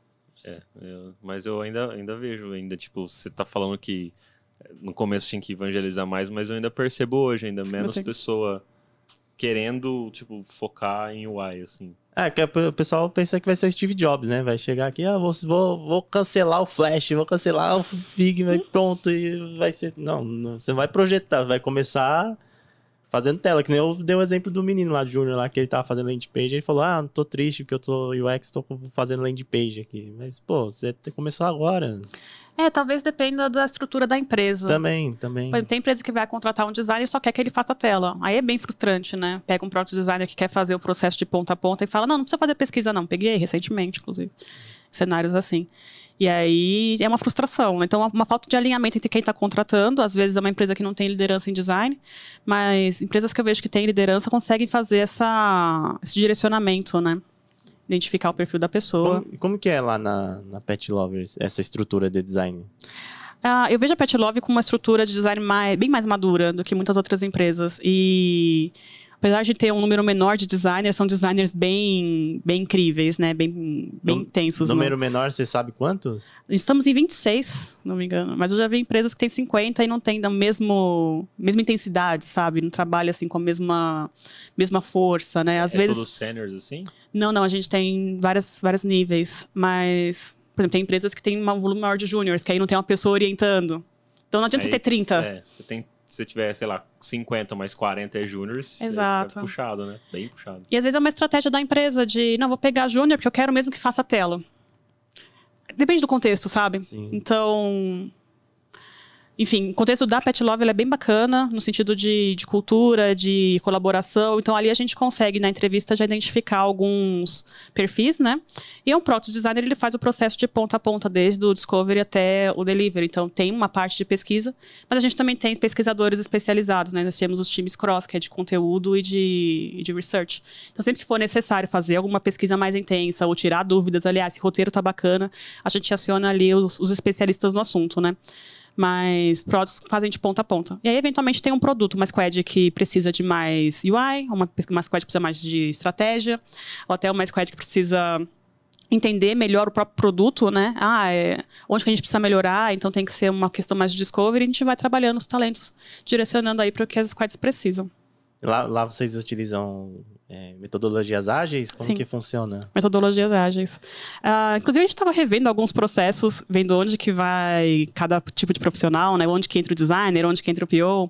É, eu- mas eu ainda, ainda vejo, ainda, tipo, você tá falando que no começo tinha que evangelizar mais, mas eu ainda percebo hoje, ainda menos tenho- pessoa querendo, tipo, focar em U I, assim. É, que o pessoal pensa que vai ser o Steve Jobs, né? Vai chegar aqui, ah, vou, vou, vou cancelar o Flash, vou cancelar o Figma e pronto, e vai ser... Não, não, você não vai projetar, vai começar fazendo tela, que nem eu dei o exemplo do menino lá, Júnior, lá, que ele tava fazendo landing page, ele falou, ah, não tô triste porque eu tô U X, tô fazendo landing page aqui. Mas, pô, você começou agora. É, talvez dependa da estrutura da empresa. Também, também. Por exemplo, tem empresa que vai contratar um designer e só quer que ele faça a tela. Aí é bem frustrante, né? Pega um product designer que quer fazer o processo de ponta a ponta e fala, não, não precisa fazer pesquisa não. Peguei recentemente, inclusive. Cenários assim. E aí é uma frustração, né? Então, uma falta de alinhamento entre quem está contratando. Às vezes é uma empresa que não tem liderança em design, mas empresas que eu vejo que têm liderança conseguem fazer essa, esse direcionamento, né? Identificar o perfil da pessoa. Como, como que é lá na, na Pet Lovers, essa estrutura de design? Ah, eu vejo a Pet Love com uma estrutura de design mais- bem mais madura do que muitas outras empresas. E apesar de ter um número menor de designers, são designers bem, bem incríveis, né? Bem, bem Num- intensos. Número no- menor, você sabe quantos? Estamos em vinte e seis, não me engano. Mas eu já vi empresas que têm cinquenta e não têm a mesmo, mesma intensidade, sabe? Não trabalha assim com a mesma, mesma força, né? Às é vezes... todos seniors, assim? Não, não, a gente tem várias, vários níveis, mas, por exemplo, tem empresas que têm um volume maior de júniors, que aí não tem uma pessoa orientando. Então não adianta você Aí, ter trinta. É, você tem, se você tiver, sei lá, cinquenta mais quarenta é juniors, aí Exato. fica puxado, né? Bem puxado. E às vezes é uma estratégia da empresa de, não, vou pegar júnior porque eu quero mesmo que faça a tela. Depende do contexto, sabe? Sim. Então... Enfim, o contexto da Pet Love ele é bem bacana, no sentido de, de cultura, de colaboração. Então, ali a gente consegue, na entrevista, já identificar alguns perfis, né? E é um product designer, ele faz o processo de ponta a ponta, desde o discovery até o delivery. Então, tem uma parte de pesquisa, mas a gente também tem pesquisadores especializados, né? Nós temos os times cross, que é de conteúdo e de, e de research. Então, sempre que for necessário fazer alguma pesquisa mais intensa ou tirar dúvidas, aliás, se o roteiro tá bacana, a gente aciona ali os, os especialistas no assunto, né? Mas produtos que fazem de ponta a ponta. E aí, eventualmente, tem um produto, uma squad que precisa de mais U I, uma, uma squad que precisa mais de estratégia, ou até uma squad que precisa entender melhor o próprio produto, né? Ah, é, onde que a gente precisa melhorar, então tem que ser uma questão mais de discovery, e a gente vai trabalhando os talentos, direcionando aí para o que as squads precisam. Lá, lá vocês utilizam é, metodologias ágeis? Como Sim. que funciona? Metodologias ágeis. Uh, inclusive, a gente estava revendo alguns processos, vendo onde que vai cada tipo de profissional, né? Onde que entra o designer, onde que entra o P O.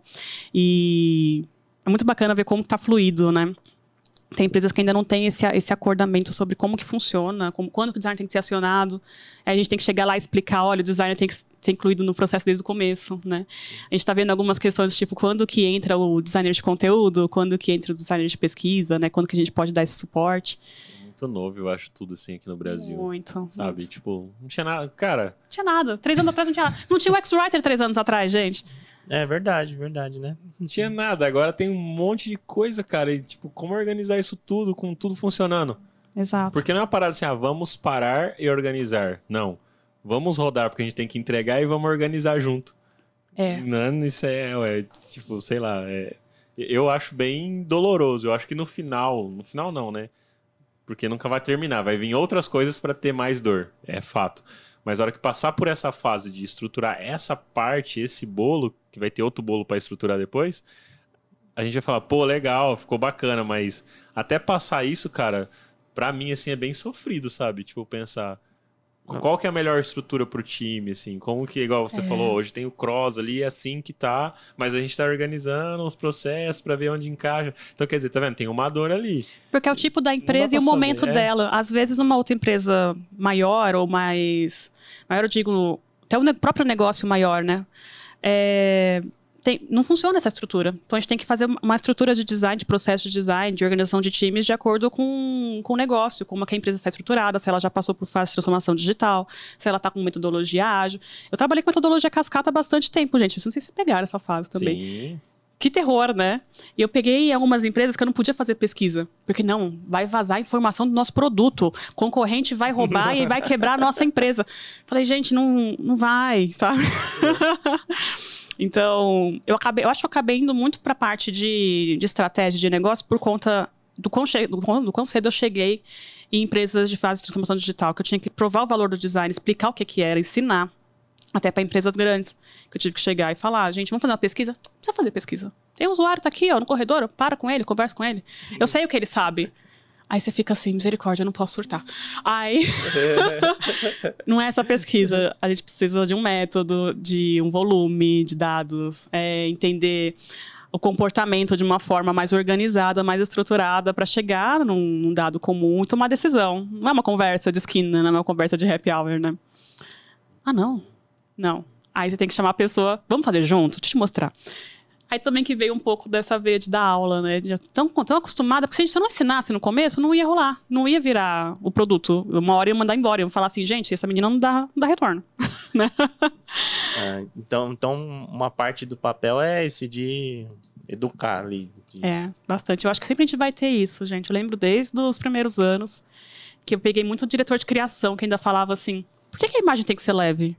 E é muito bacana ver como está fluido, né? Tem empresas que ainda não têm esse, esse acordamento sobre como que funciona, como, quando que o design tem que ser acionado. Aí a gente tem que chegar lá e explicar, olha, o designer tem que ser incluído no processo desde o começo, né? A gente está vendo algumas questões, tipo, quando que entra o designer de conteúdo, quando que entra o designer de pesquisa, né? Quando que a gente pode dar esse suporte. Muito novo, eu acho, tudo assim aqui no Brasil. Muito. Sabe? Muito. Tipo, não tinha nada. Cara. Não tinha nada. Três anos atrás não tinha nada. Não tinha o X-Writer três anos atrás, gente. É verdade, verdade, né? Não tinha nada. Agora tem um monte de coisa, cara. E, tipo, como organizar isso tudo, com tudo funcionando? Exato. Porque não é uma parada assim, ah, vamos parar e organizar. Não. Vamos rodar porque a gente tem que entregar e vamos organizar junto. É. Não, isso é, é tipo, sei lá, é, eu acho bem doloroso. Eu acho que no final, no final não, né? Porque nunca vai terminar. Vai vir outras coisas para ter mais dor. É fato. Mas a hora que passar por essa fase de estruturar essa parte, esse bolo, que vai ter outro bolo para estruturar depois, a gente vai falar, pô, legal, ficou bacana, mas até passar isso, cara, pra mim, assim, é bem sofrido, sabe? Tipo, pensar, qual que é a melhor estrutura pro time, assim? Como que, igual você É. falou, hoje tem o cross ali, é assim que tá, mas a gente tá organizando os processos pra ver onde encaixa. Então, quer dizer, tá vendo? Tem uma dor ali. Porque é o tipo da empresa dá e o pra momento saber, é. dela. Às vezes, uma outra empresa maior ou mais... Maior, eu digo, até o ne- próprio negócio maior, né? É, tem- não funciona essa estrutura. Então, a gente tem que fazer uma estrutura de design, de processo de design, de organização de times de acordo com, com o negócio, como que a empresa está estruturada, se ela já passou por fase de transformação digital, se ela está com metodologia ágil. Eu trabalhei com metodologia cascata há bastante tempo, gente. Eu não sei se pegaram essa fase também. Sim. Que terror, né? E eu peguei algumas empresas que eu não podia fazer pesquisa. Porque não, vai vazar informação do nosso produto. Concorrente vai roubar e vai quebrar a nossa empresa. Falei, gente, não, não vai, sabe? Então, eu, acabei, eu acho que eu acabei indo muito para a parte de, de estratégia de negócio por conta do quão, che- do, quão, do quão cedo eu cheguei em empresas de fase de transformação digital, que eu tinha que provar o valor do design, explicar o que, que era, ensinar. Até para empresas grandes, que eu tive que chegar e falar, gente, vamos fazer uma pesquisa? Não precisa fazer pesquisa. Tem um usuário, tá aqui, ó, no corredor, para com ele, conversa com ele. Eu sei o que ele sabe. Aí você fica assim, misericórdia, eu não posso surtar. Aí, não é essa pesquisa. A gente precisa de um método, de um volume de dados, é, entender o comportamento de uma forma mais organizada, mais estruturada, para chegar num, num dado comum e tomar decisão. Não é uma conversa de esquina, não é uma conversa de happy hour, né? Ah, não. Não. Aí você tem que chamar a pessoa, vamos fazer junto? Deixa eu te mostrar. Aí também que veio um pouco dessa veia de dar aula, né? Já tão, tão acostumada, porque se a gente não ensinasse no começo, não ia rolar. Não ia virar o produto. Uma hora ia mandar embora. Eu ia falar assim, gente, essa menina não dá, não dá retorno. Né? Ah, então, então, uma parte do papel é esse de educar ali. de- É, bastante. Eu acho que sempre a gente vai ter isso, gente. Eu lembro desde os primeiros anos que eu peguei muito o diretor de criação, que ainda falava assim, por que, que a imagem tem que ser leve?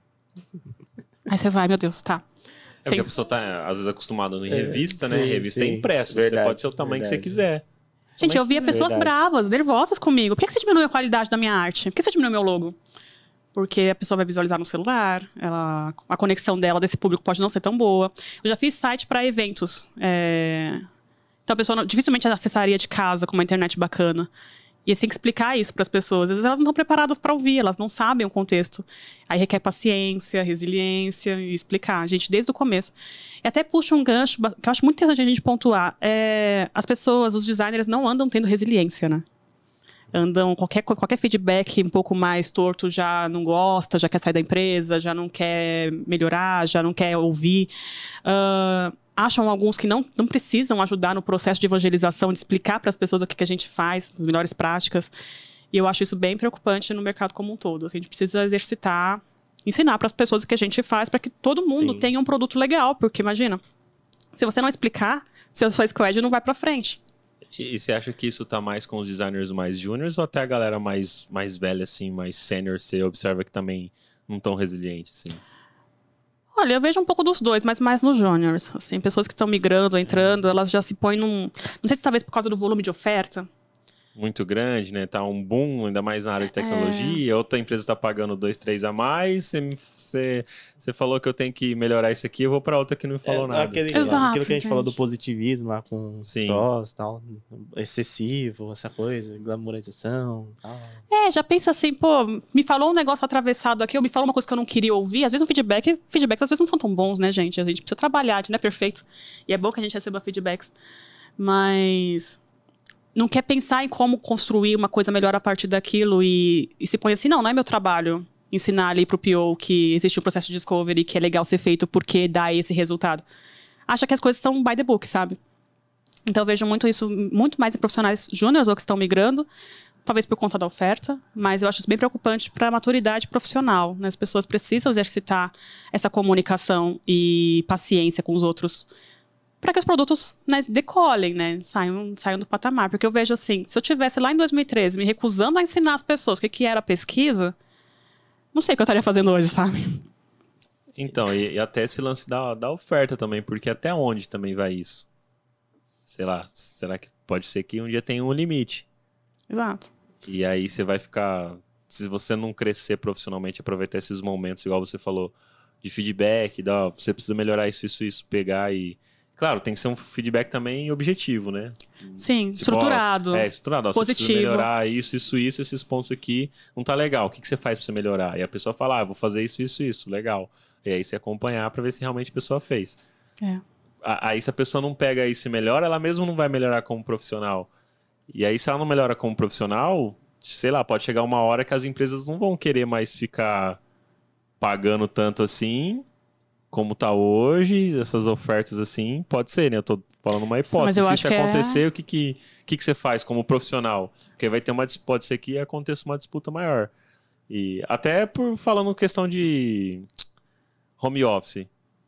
Aí você vai, meu Deus, tá. É Tem- porque a pessoa tá, às vezes, acostumada em revista, né? sim, Revista sim. é impresso. Verdade, você pode ser o tamanho que verdade. você quiser. Gente, eu via pessoas Verdade. bravas, nervosas comigo. Por que que você diminuiu a qualidade da minha arte? Por que você diminuiu meu logo? Porque a pessoa vai visualizar no celular, ela, a conexão dela, desse público, pode não ser tão boa. Eu já fiz site para eventos. é, Então a pessoa não- dificilmente acessaria de casa com uma internet bacana. E você tem que explicar isso para as pessoas. Às vezes elas não estão preparadas para ouvir, elas não sabem o contexto. Aí requer paciência, resiliência e explicar, gente, desde o começo. E até puxa um gancho, ba- que eu acho muito interessante a gente pontuar. É, as pessoas, os designers, não andam tendo resiliência, né? Andam, qualquer, co- qualquer feedback um pouco mais torto já não gosta, já quer sair da empresa, já não quer melhorar, já não quer ouvir. Ah, acham alguns que não, não precisam ajudar no processo de evangelização, de explicar para as pessoas o que, que a gente faz, as melhores práticas. E eu acho isso bem preocupante no mercado como um todo. Assim, a gente precisa exercitar, ensinar para as pessoas o que a gente faz para que todo mundo Sim. tenha um produto legal. Porque, imagina, se você não explicar, seu sua squad não vai para frente. E, e você acha que isso tá mais com os designers mais júniores ou até a galera mais, mais velha, assim, mais sênior, você observa que também não tão resiliente, assim? Olha, eu vejo um pouco dos dois, mas mais nos juniors. Assim, pessoas que estão migrando, entrando, elas já se põem num... Não sei se talvez por causa do volume de oferta. muito grande, né? Tá um boom, ainda mais na área de tecnologia. É. Outra empresa tá pagando dois, três a mais. Você, você, você falou que eu tenho que melhorar isso aqui, eu vou para outra que não me falou é, nada. Aquele, Exato, aquilo que a gente gente. falou do positivismo lá com Sim. tos e tal, excessivo, essa coisa, glamorização e tal. É, já pensa assim, pô, me falou um negócio atravessado aqui, ou me falou uma coisa que eu não queria ouvir. Às vezes um feedback, feedbacks às vezes não são tão bons, né, gente? A gente precisa trabalhar, a gente não é perfeito. E é bom que a gente receba feedbacks. Mas não quer pensar em como construir uma coisa melhor a partir daquilo e, e se põe assim, não, não é meu trabalho ensinar ali pro P O que existe um processo de discovery que é legal ser feito porque dá esse resultado. Acha que as coisas são by the book, sabe? Então eu vejo muito isso, muito mais em profissionais júniores ou que estão migrando, talvez por conta da oferta, mas eu acho isso bem preocupante para a maturidade profissional, né? As pessoas precisam exercitar essa comunicação e paciência com os outros para que os produtos, né, decolem, né, saiam, saiam do patamar. Porque eu vejo assim, se eu tivesse lá em dois mil e treze me recusando a ensinar as pessoas o que, que era pesquisa, não sei o que eu estaria fazendo hoje, sabe? Então, e, e até esse lance da, da oferta também, porque até onde também vai isso? Sei lá, será que pode ser que um dia tenha um limite? Exato. E aí você vai ficar... Se você não crescer profissionalmente, aproveitar esses momentos, igual você falou, de feedback, da, você precisa melhorar isso, isso, isso, pegar e... Claro, tem que ser um feedback também objetivo, né? Sim, tipo, estruturado. Ó, é, estruturado. Ó, positivo. Você precisa melhorar isso, isso, isso, esses pontos aqui. Não tá legal. O que, que você faz pra você melhorar? E a pessoa fala, ah, vou fazer isso, isso, isso. Legal. E aí você acompanhar pra ver se realmente a pessoa fez. É. Aí se a pessoa não pega isso e melhora, ela mesmo não vai melhorar como profissional. E aí se ela não melhora como profissional, sei lá, pode chegar uma hora que as empresas não vão querer mais ficar pagando tanto assim... como tá hoje, essas ofertas assim, pode ser, né? Eu tô falando uma hipótese. Mas eu Se acho isso que acontecer, é... o que que, que que você faz como profissional? Porque vai ter uma pode ser que aconteça uma disputa maior. E até por falando questão de home office.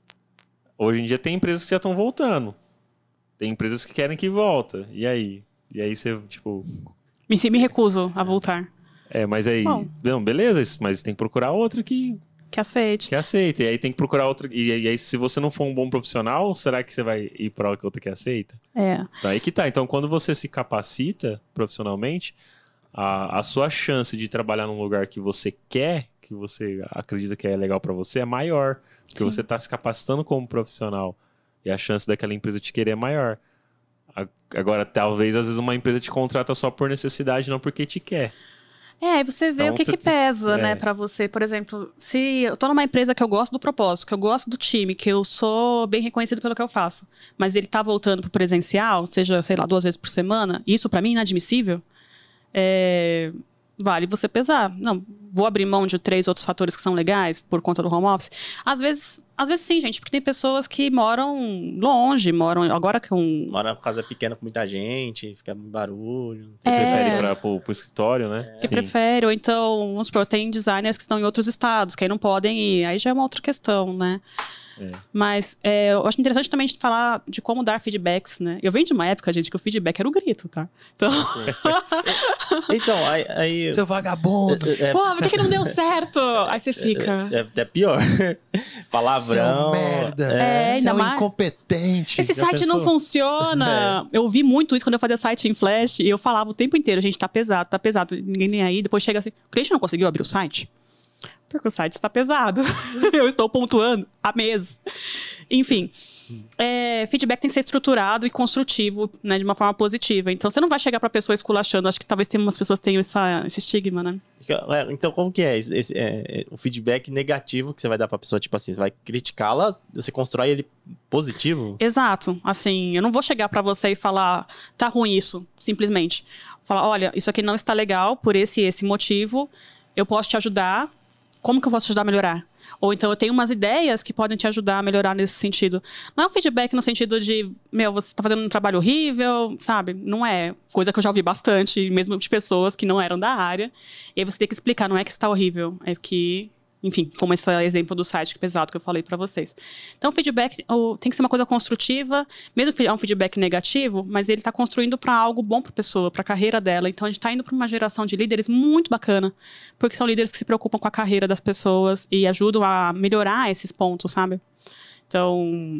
Hoje em dia tem empresas que já estão voltando. Tem empresas que querem que volta. E aí? E aí você, tipo... Me, me recuso a voltar. É, mas aí... Bom. Não, beleza, mas tem que procurar outra que... Que aceite. Que aceita. E aí tem que procurar outra. E aí, se você não for um bom profissional, será que você vai ir para outra que aceita? É. Então, aí que tá. Então, quando você se capacita profissionalmente, a, a sua chance de trabalhar num lugar que você quer, que você acredita que é legal para você, é maior. Porque Sim. você tá se capacitando como profissional. E a chance daquela empresa te querer é maior. Agora, talvez, às vezes, uma empresa te contrata só por necessidade, não porque te quer. É, e você vê Então, o que, você que pesa, é. né, pra você. Por exemplo, se eu tô numa empresa que eu gosto do propósito, que eu gosto do time, que eu sou bem reconhecido pelo que eu faço, mas ele tá voltando pro presencial, seja, sei lá, duas vezes por semana, isso pra mim é inadmissível, é... vale você pesar. Não, vou abrir mão de três outros fatores que são legais por conta do home office. Às vezes, às vezes sim, gente, porque tem pessoas que moram longe, moram agora que um... Mora numa casa pequena com muita gente, fica muito barulho. Você É. prefere ir para pro, pro escritório, né? Que prefere, ou então, vamos supor, tem designers que estão em outros estados, que aí não podem ir. Aí já é uma outra questão, né? É. Mas é, eu acho interessante também falar de como dar feedbacks, né? Eu venho de uma época, gente, que o feedback era o grito, tá? Então... Então, aí... aí Seu vagabundo! é, Pô, por que, que não deu certo? Aí você fica... é até pior. Palavrão. Seu merda! É, Você ainda é um mais- incompetente! Esse Já site não pensou? funciona. Eu ouvi muito isso quando eu fazia site em Flash e eu falava o tempo inteiro, gente, tá pesado, tá pesado. Ninguém nem aí. Depois chega assim, o cliente não conseguiu abrir o site? Porque o site está pesado. Eu estou pontuando há meses. Enfim, é, feedback tem que ser estruturado e construtivo, né, de uma forma positiva. Então, você não vai chegar pra pessoa esculachando. Acho que talvez tem umas pessoas que tenham essa, esse estigma, né? É, Então, como que é, esse, esse- é, é, o feedback negativo que você vai dar pra pessoa? Tipo assim, você vai criticá-la, você constrói ele positivo? Exato. Assim, eu não vou chegar pra você e falar, tá ruim isso, simplesmente. Falar, olha, isso aqui não está legal por esse e esse motivo. Eu posso te ajudar. Como que eu posso te ajudar a melhorar? Ou então eu tenho umas ideias que podem te ajudar a melhorar nesse sentido. Não é um feedback no sentido de, meu, você tá fazendo um trabalho horrível, sabe? Não é. Coisa que eu já ouvi bastante, mesmo de pessoas que não eram da área. E aí você tem que explicar, não é que está horrível, é que... Enfim, como esse exemplo do site que é pesado que eu falei pra vocês. Então, o feedback o, tem que ser uma coisa construtiva, mesmo que é um feedback negativo, mas ele tá construindo pra algo bom pra pessoa, pra carreira dela. Então, a gente tá indo pra uma geração de líderes muito bacana, porque são líderes que se preocupam com a carreira das pessoas e ajudam a melhorar esses pontos, sabe? Então,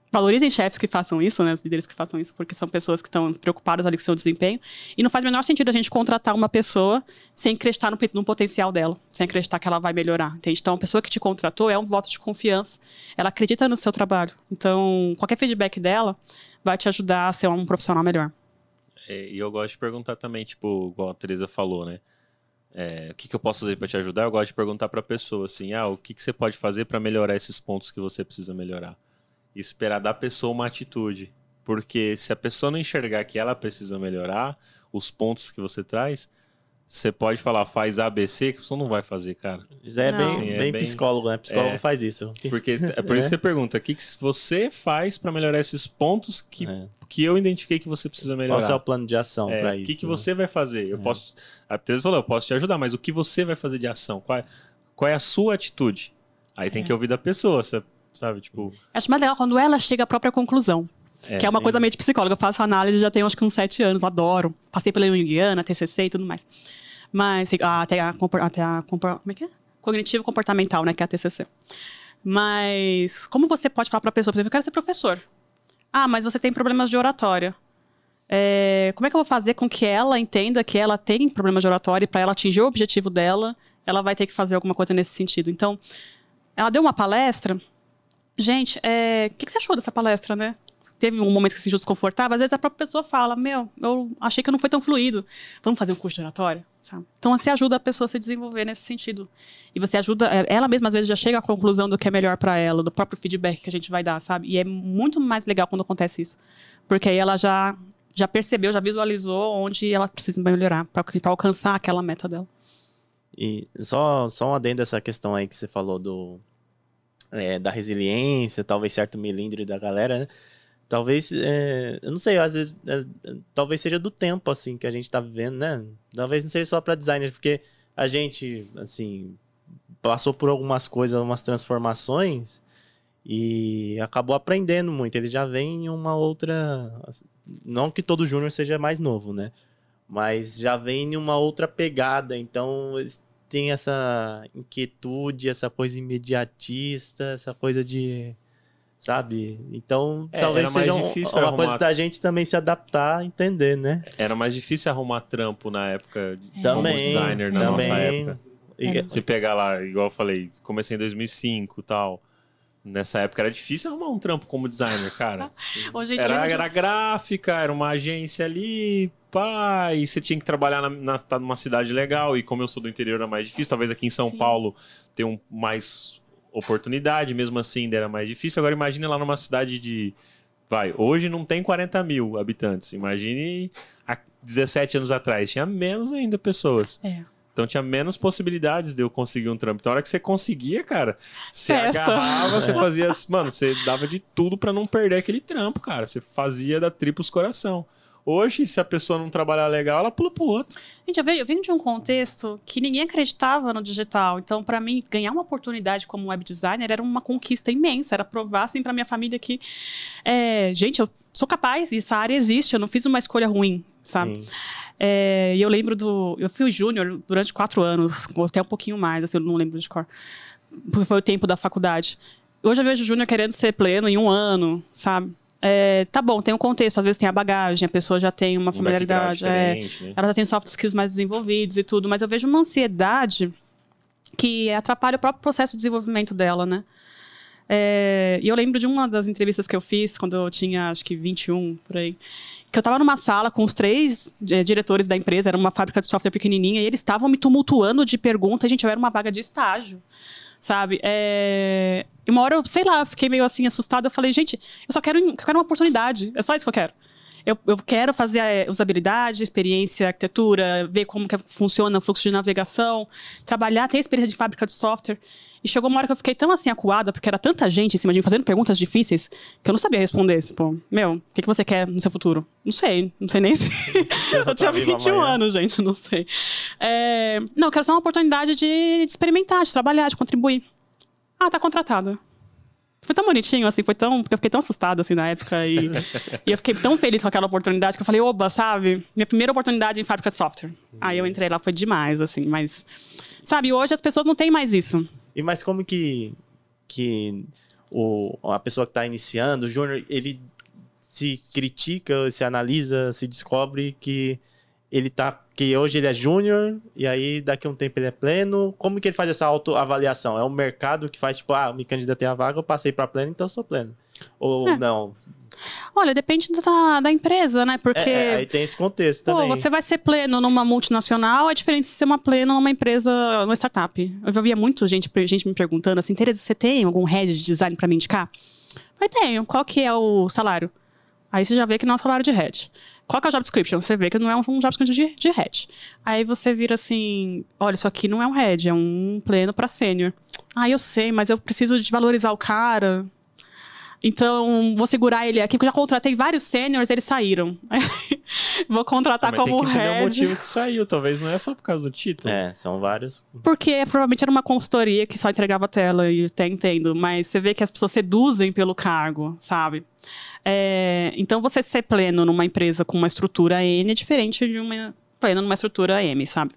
Valorizem chefes que façam isso, né? Os líderes que façam isso, porque são pessoas que estão preocupadas ali com o seu desempenho. E não faz o menor sentido a gente contratar uma pessoa sem acreditar no, no potencial dela, sem acreditar que ela vai melhorar, entende? Então, a pessoa que te contratou é um voto de confiança. Ela acredita no seu trabalho. Então, qualquer feedback dela vai te ajudar a ser um profissional melhor. É, e eu gosto de perguntar também, tipo, igual a Teresa falou, né? É, o que, que eu posso fazer para te ajudar? Eu gosto de perguntar para a pessoa, assim, ah, o que, que você pode fazer para melhorar esses pontos que você precisa melhorar? E esperar da pessoa uma atitude. Porque se a pessoa não enxergar que ela precisa melhorar os pontos que você traz, você pode falar, faz A, B, C, que a pessoa não vai fazer, cara. Isso é bem, Assim, é bem bem psicólogo, né? Psicólogo é, faz isso. Porque é por isso que você pergunta, o que, que você faz para melhorar esses pontos que, é. que eu identifiquei que você precisa melhorar? Qual é o seu plano de ação é, para isso? O que, que né? você vai fazer? Eu é. posso, a Teresa falou, eu posso te ajudar, mas o que você vai fazer de ação? Qual é, qual é a sua atitude? Aí tem é. que ouvir da pessoa, você, sabe? Tipo... Acho mais legal quando ela chega à própria conclusão. É, que é uma sim. coisa meio de psicóloga. Eu faço análise já tenho acho que uns sete anos, adoro. Passei pela Jungiana, T C C e tudo mais. Mas até a, até a como é que é? Cognitivo comportamental, né, que é a T C C. Mas como você pode falar para a pessoa, por exemplo, eu quero ser professor. Ah, mas você tem problemas de oratória. É, como é que eu vou fazer com que ela entenda que ela tem problemas de oratória e para ela atingir o objetivo dela, ela vai ter que fazer alguma coisa nesse sentido. Então, ela deu uma palestra. Gente, é, o que, que você achou dessa palestra, né? Teve um momento que se sentiu desconfortável, às vezes a própria pessoa fala, meu, eu achei que não foi tão fluido. Vamos fazer um curso de oratória? Sabe? Então, você ajuda a pessoa a se desenvolver nesse sentido. E você ajuda, ela mesma às vezes já chega à conclusão do que é melhor para ela, do próprio feedback que a gente vai dar, sabe? E é muito mais legal quando acontece isso. Porque aí ela já, já percebeu, já visualizou onde ela precisa melhorar para alcançar aquela meta dela. E só, só um adendo dessa questão aí que você falou do, é, da resiliência, talvez certo melindre da galera, né? Talvez, é, eu não sei, às vezes, é, talvez seja do tempo, assim, que a gente tá vivendo, né? Talvez não seja só para designers, porque a gente, assim, passou por algumas coisas, algumas transformações e acabou aprendendo muito. Ele já vem em uma outra... Não que todo júnior seja mais novo, né? Mas já vem em uma outra pegada, então tem essa inquietude, essa coisa imediatista, essa coisa de... Sabe? Então, é, talvez seja um, uma arrumar... coisa da gente também se adaptar, entender, né? Era mais difícil arrumar trampo na época, é. também, como designer na também. nossa época. É. Se pegar lá, igual eu falei, comecei em dois mil e cinco e tal. Nessa época era difícil arrumar um trampo como designer, cara. Hoje era, era gráfica, era uma agência ali, pá, e você tinha que trabalhar na, na, tá numa cidade legal. E como eu sou do interior, era mais difícil. Talvez aqui em São Sim. Paulo tenha um mais... oportunidade, mesmo assim ainda era mais difícil. Agora imagine lá numa cidade de... Vai, hoje não tem quarenta mil habitantes. Imagine há dezessete anos atrás. Tinha menos ainda pessoas. É. Então tinha menos possibilidades de eu conseguir um trampo. Então a hora que você conseguia, cara, você Festa. agarrava, você fazia... Mano, você dava de tudo pra não perder aquele trampo, cara. Você fazia da triplos coração. Hoje, se a pessoa não trabalhar legal, ela pula pro outro. Gente, eu venho, eu venho de um contexto que ninguém acreditava no digital. Então, para mim, ganhar uma oportunidade como web designer era uma conquista imensa. Era provar, assim, pra minha família que... É, gente, eu sou capaz, e essa área existe. Eu não fiz uma escolha ruim, sabe? É, e eu lembro do... Eu fui júnior durante quatro anos, até um pouquinho mais, assim, eu não lembro de cor. Porque foi o tempo da faculdade. Hoje eu vejo o júnior querendo ser pleno em um ano, sabe? É, tá bom, tem um contexto, às vezes tem a bagagem, a pessoa já tem uma um familiaridade, é, né? Ela já tem soft skills mais desenvolvidos e tudo, mas eu vejo uma ansiedade que atrapalha o próprio processo de desenvolvimento dela, né? É, e eu lembro de uma das entrevistas que eu fiz, quando eu tinha, acho que vinte e um, por aí, que eu estava numa sala com os três é, diretores da empresa, era uma fábrica de software pequenininha, e eles estavam me tumultuando de perguntas, gente, eu era uma vaga de estágio. Sabe? É... E uma hora, eu, sei lá, eu fiquei meio assim, assustada. Eu falei, gente, eu só quero, eu quero uma oportunidade. É só isso que eu quero. Eu, eu quero fazer é, usabilidade, experiência, arquitetura, ver como que funciona o fluxo de navegação, trabalhar, ter experiência de fábrica de software. E chegou uma hora que eu fiquei tão assim, acuada, porque era tanta gente em cima de mim, fazendo perguntas difíceis, que eu não sabia responder. Tipo, meu, o que, que você quer no seu futuro? Não sei, não sei nem se... eu tinha vinte e um anos, gente, não sei. É... Não, eu quero só uma oportunidade de, de experimentar, de trabalhar, de contribuir. Ah, tá contratada. Foi tão bonitinho, assim, foi tão... Eu fiquei tão assustada, assim, na época. E, e eu fiquei tão feliz com aquela oportunidade que eu falei, oba, sabe? Minha primeira oportunidade em fábrica de software. Uhum. Aí eu entrei lá, foi demais, assim, mas... Sabe, hoje as pessoas não têm mais isso. E mas como que... que o, a pessoa que está iniciando, o júnior, ele se critica, se analisa, se descobre que ele tá, que hoje ele é júnior e aí daqui a um tempo ele é pleno. Como que ele faz essa autoavaliação? É o mercado que faz, tipo, ah, me candidatei a vaga, eu passei para pleno, então eu sou pleno. Ou é. não? Olha, depende da, da empresa, né? Porque... É, é, aí tem esse contexto pô, também. você vai ser pleno numa multinacional, é diferente de ser uma pleno numa empresa, numa startup. Eu já via muito gente, gente me perguntando assim, Tereza, você tem algum head de design para me indicar? Eu tenho. Qual que é o salário? Aí você já vê que não é um salário de head. Qual que é o job description? Você vê que não é um job description de, de head. Aí você vira assim, olha, isso aqui não é um head, é um pleno para sênior. Ah, eu sei, mas eu preciso de valorizar o cara... Então, vou segurar ele aqui, porque eu já contratei vários seniors, eles saíram. Vou contratar ah, como head. Tem que entender head. o motivo que saiu, talvez não é só por causa do título. É, são vários. Porque provavelmente era uma consultoria que só entregava tela, e eu até entendo. Mas você vê que as pessoas seduzem pelo cargo, sabe? É, então, você ser pleno numa empresa com uma estrutura N é diferente de uma pleno numa estrutura M, sabe?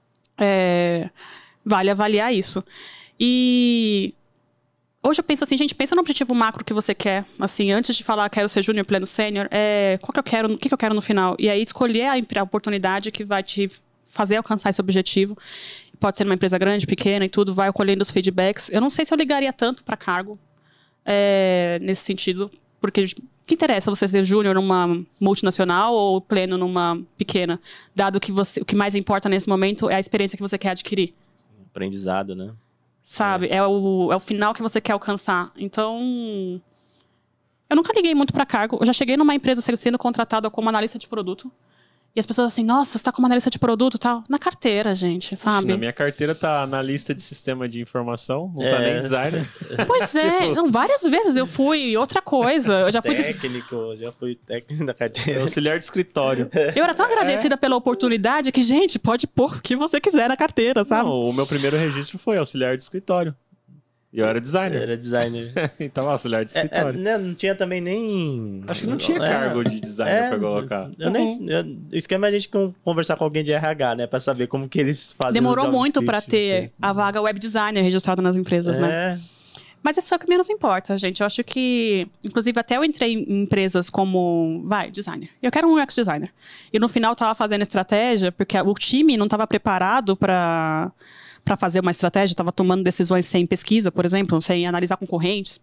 É, vale avaliar isso. E... hoje eu penso assim, gente, pensa no objetivo macro que você quer. Assim, antes de falar quero ser júnior, pleno, sênior, é, qual que eu quero, o que, que eu quero no final? E aí escolher a, a oportunidade que vai te fazer alcançar esse objetivo. Pode ser numa empresa grande, pequena e tudo, vai colhendo os feedbacks. Eu não sei se eu ligaria tanto para cargo é, nesse sentido, porque o que interessa você ser júnior numa multinacional ou pleno numa pequena? Dado que você, o que mais importa nesse momento é a experiência que você quer adquirir. Aprendizado, né? Sabe? É. É, o, é o final que você quer alcançar. Então, eu nunca liguei muito para cargo. Eu já cheguei numa empresa sendo contratada como analista de produto. E as pessoas assim, nossa, você tá como analista de produto e tal. Na carteira, gente, sabe? Na minha carteira tá analista de sistema de informação, não é. tá nem designer. Pois é, tipo... não, várias vezes eu fui outra coisa. Eu já fui técnico, des... já fui técnico da carteira. Auxiliar de escritório. Eu era tão agradecida é. pela oportunidade que, gente, pode pôr o que você quiser na carteira, sabe? Não, o meu primeiro registro foi auxiliar de escritório. E eu era designer. Era designer. Então, auxiliar de escritório. É, é, não tinha também nem... Acho que não tinha é, cargo de designer é, pra colocar. Eu nem, eu, o esquema é a gente conversar com alguém de R H, né? Pra saber como que eles fazem. Demorou muito pra ter a vaga web designer registrada nas empresas, é. né? Mas isso é o que menos importa, gente. Eu acho que... Inclusive, até eu entrei em empresas como... Vai, designer. Eu quero um U X designer. E no final, eu tava fazendo estratégia, porque o time não tava preparado pra... para fazer uma estratégia, estava tomando decisões sem pesquisa, por exemplo, sem analisar concorrentes.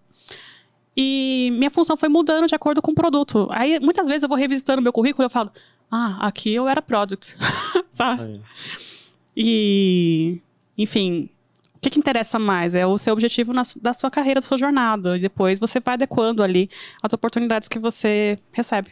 E minha função foi mudando de acordo com o produto. Aí, muitas vezes, eu vou revisitando meu currículo e eu falo, ah, aqui eu era product, sabe? Aí. E, enfim, o que, que interessa mais? É o seu objetivo na, da sua carreira, da sua jornada. E depois você vai adequando ali as oportunidades que você recebe.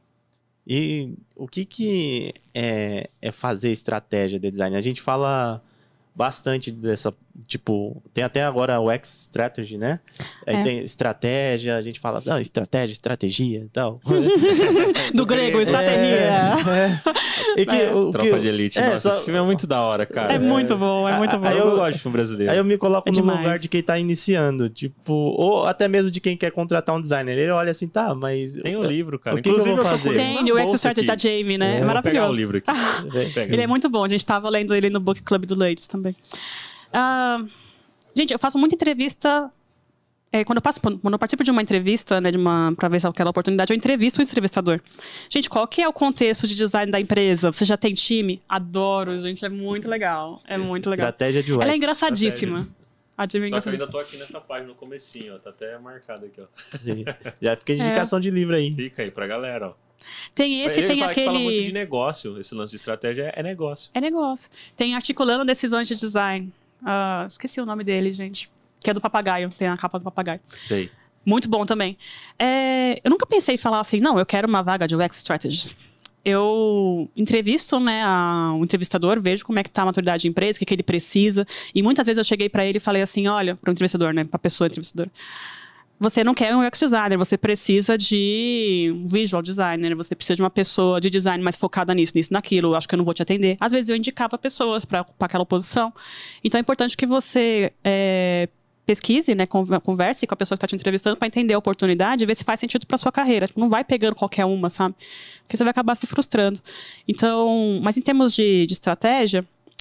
E o que, que é, é fazer estratégia de design? A gente fala... bastante dessa, tipo, tem até agora o X Strategy, né? Aí é. tem estratégia, a gente fala, não, estratégia, estratégia e tal. Do grego, estratégia. É, é. E que, é. o, Tropa que, de Elite, é, nossa, só... esse filme é muito da hora, cara. É, é. muito bom, é muito bom. Aí eu, eu gosto de filme brasileiro. Aí eu me coloco é no demais. lugar de quem tá iniciando, tipo, ou até mesmo de quem quer contratar um designer. Ele olha assim, tá, mas... Tem o um livro, cara. O que Inclusive, que eu vou fazer? Tem, o X Strategy da Jamie, né? É, é maravilhoso. Vou pegar o livro aqui. Ele é muito bom, a gente tava lendo ele no Book Club do Leites também. Uh, gente, eu faço muita entrevista. É, quando, eu passo, quando eu participo de uma entrevista, né, de uma, pra ver se aquela oportunidade, eu entrevisto o entrevistador. Gente, qual que é o contexto de design da empresa? Você já tem time? Adoro, gente, é muito legal. É muito legal. Estratégia de U X. Ela é engraçadíssima. A Só que eu ainda tô aqui nessa página no comecinho, ó. Tá até marcado aqui, ó. Sim. Já fica de indicação é. de livro aí. Fica aí pra galera, ó. Tem esse, Ele tem fala aquele... Que fala muito de negócio. Esse lance de estratégia é negócio. É negócio. Tem Articulando Decisões de Design. Uh, esqueci o nome dele, gente. Que é do Papagaio. Tem a capa do Papagaio. Sei. Muito bom também. É, eu nunca pensei em falar assim, não, eu quero uma vaga de U X Strategist. Eu entrevisto, né, a, o entrevistador, vejo como é que tá a maturidade da empresa, o que, que ele precisa. E muitas vezes eu cheguei para ele e falei assim, olha, para o entrevistador, né, para a pessoa entrevistadora. Você não quer um U X designer, você precisa de um visual designer, você precisa de uma pessoa de design mais focada nisso, nisso, naquilo, acho que eu não vou te atender. Às vezes eu indicava pessoas para ocupar aquela posição. Então é importante que você é, pesquise, né, converse com a pessoa que está te entrevistando para entender a oportunidade e ver se faz sentido para sua carreira. Tipo, não vai pegando qualquer uma, sabe? Porque você vai acabar se frustrando. Então, mas em termos de, de estratégia,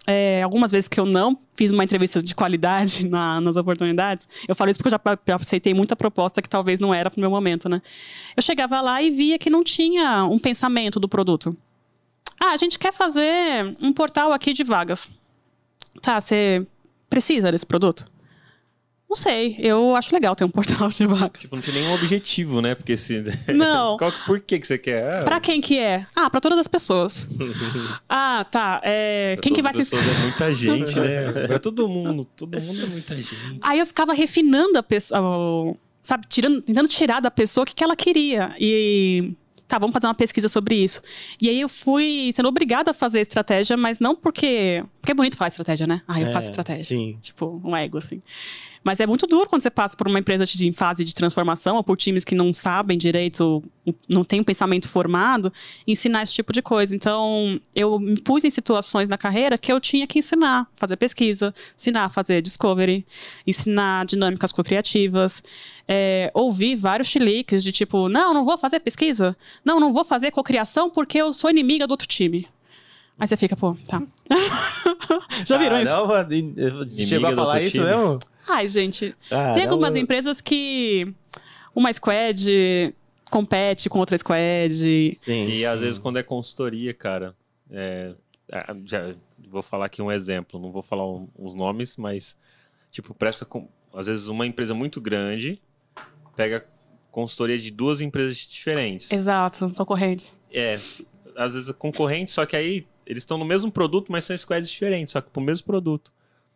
é, algumas vezes que eu não fiz uma entrevista de qualidade na, nas oportunidades, eu falo isso porque eu já, já aceitei muita proposta que talvez não era pro meu momento, né? Eu chegava lá e via que não tinha um pensamento do produto. Ah, a gente quer fazer um portal aqui de vagas. Tá, você precisa desse produto? Não sei, eu acho legal ter um portal de vagas. Tipo, não tinha nenhum objetivo, né? Porque se... Não. Qual, por que que você quer? Ah, pra quem que é? Ah, pra todas as pessoas. Ah, tá. É... pra Quem que vai todas se... as pessoas é muita gente, né? Pra todo mundo. Todo mundo é muita gente. Aí eu ficava refinando a pessoa, sabe? Tirando, tentando tirar da pessoa o que, que ela queria. E... Tá, vamos fazer uma pesquisa sobre isso. E aí eu fui sendo obrigada a fazer estratégia, mas não porque... Porque é bonito falar estratégia, né? Ah, eu É, faço estratégia. sim. Tipo, um ego, assim. Mas é muito duro quando você passa por uma empresa de, em fase de transformação, ou por times que não sabem direito, ou não têm um pensamento formado, ensinar esse tipo de coisa. Então, eu me pus em situações na carreira que eu tinha que ensinar, fazer pesquisa, ensinar a fazer discovery, ensinar dinâmicas co-criativas, é, ouvir vários chiliques de tipo, não, não vou fazer pesquisa, não, não vou fazer cocriação porque eu sou inimiga do outro time. Aí você fica, pô, tá. Já viram isso? Caramba, chegou a falar isso time. mesmo? Ai, gente, Caramba. tem algumas empresas que uma squad compete com outra squad. Sim. E às vezes quando é consultoria, cara, é, é, já vou falar aqui um exemplo, não vou falar um, os nomes, mas tipo, presta com, às vezes uma empresa muito grande pega consultoria de duas empresas diferentes. Exato, concorrentes. É, às vezes é concorrente, só que aí eles estão no mesmo produto, mas são squads diferentes, só que pro mesmo produto.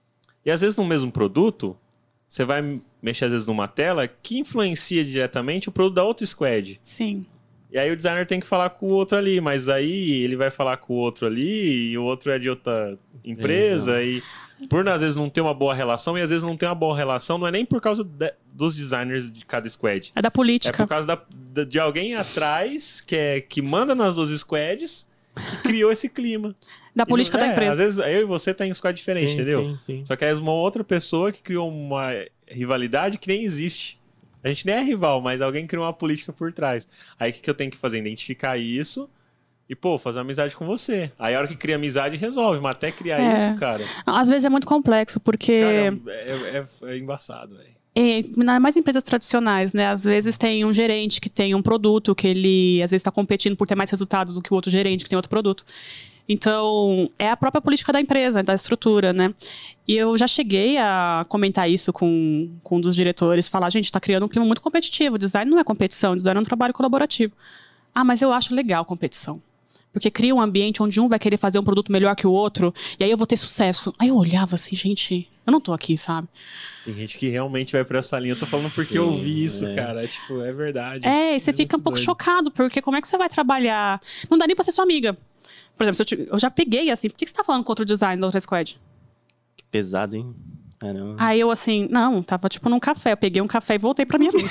E às vezes no mesmo produto, você vai mexer às vezes numa tela que influencia diretamente o produto da outra squad. Sim. E aí o designer tem que falar com o outro ali, mas aí ele vai falar com o outro ali e o outro é de outra empresa. Exato. E por às vezes não ter uma boa relação, e às vezes não ter uma boa relação, não é nem por causa de, dos designers de cada squad. É da política. É por causa da, da- de alguém atrás que, é, que manda nas duas squads que criou esse clima. Da política E não- da é, empresa. Às vezes eu e você tem um squad diferente, Sim, entendeu? sim, sim. Só que aí uma outra pessoa que criou uma rivalidade que nem existe. A gente nem é rival, mas alguém criou uma política por trás. Aí o que, que eu tenho que fazer? Identificar isso e, pô, fazer uma amizade com você. Aí a hora que cria amizade, resolve. Mas até criar É. isso, cara, Às vezes é muito complexo, porque... cara é, é- é embaçado, velho. E, na- mais empresas tradicionais, né? Às vezes tem um gerente que tem um produto que ele, às vezes, está competindo por ter mais resultados do que o outro gerente que tem outro produto. Então, é a própria política da empresa, da estrutura, né? E eu já cheguei a comentar isso com, com um dos diretores, falar, gente, está criando um clima muito competitivo. Design não é competição, design é um trabalho colaborativo. Ah, mas eu acho legal competição. Porque cria um ambiente onde um vai querer fazer um produto melhor que o outro, e aí eu vou ter sucesso. Aí eu olhava assim, gente, eu não tô aqui, sabe? Tem gente que realmente vai pra essa linha. Eu tô falando porque Sim, eu vi isso, é. cara. É, tipo, é verdade. É, e você fica um muito pouco doido. chocado, porque como é que você vai trabalhar? Não dá nem pra ser sua amiga. Por exemplo, se eu, te- eu já peguei assim, por que que você tá falando contra o design da outra squad? Que pesado, hein? Caramba. Aí eu assim, não, tava tipo num café. Eu peguei um café e voltei pra minha amiga.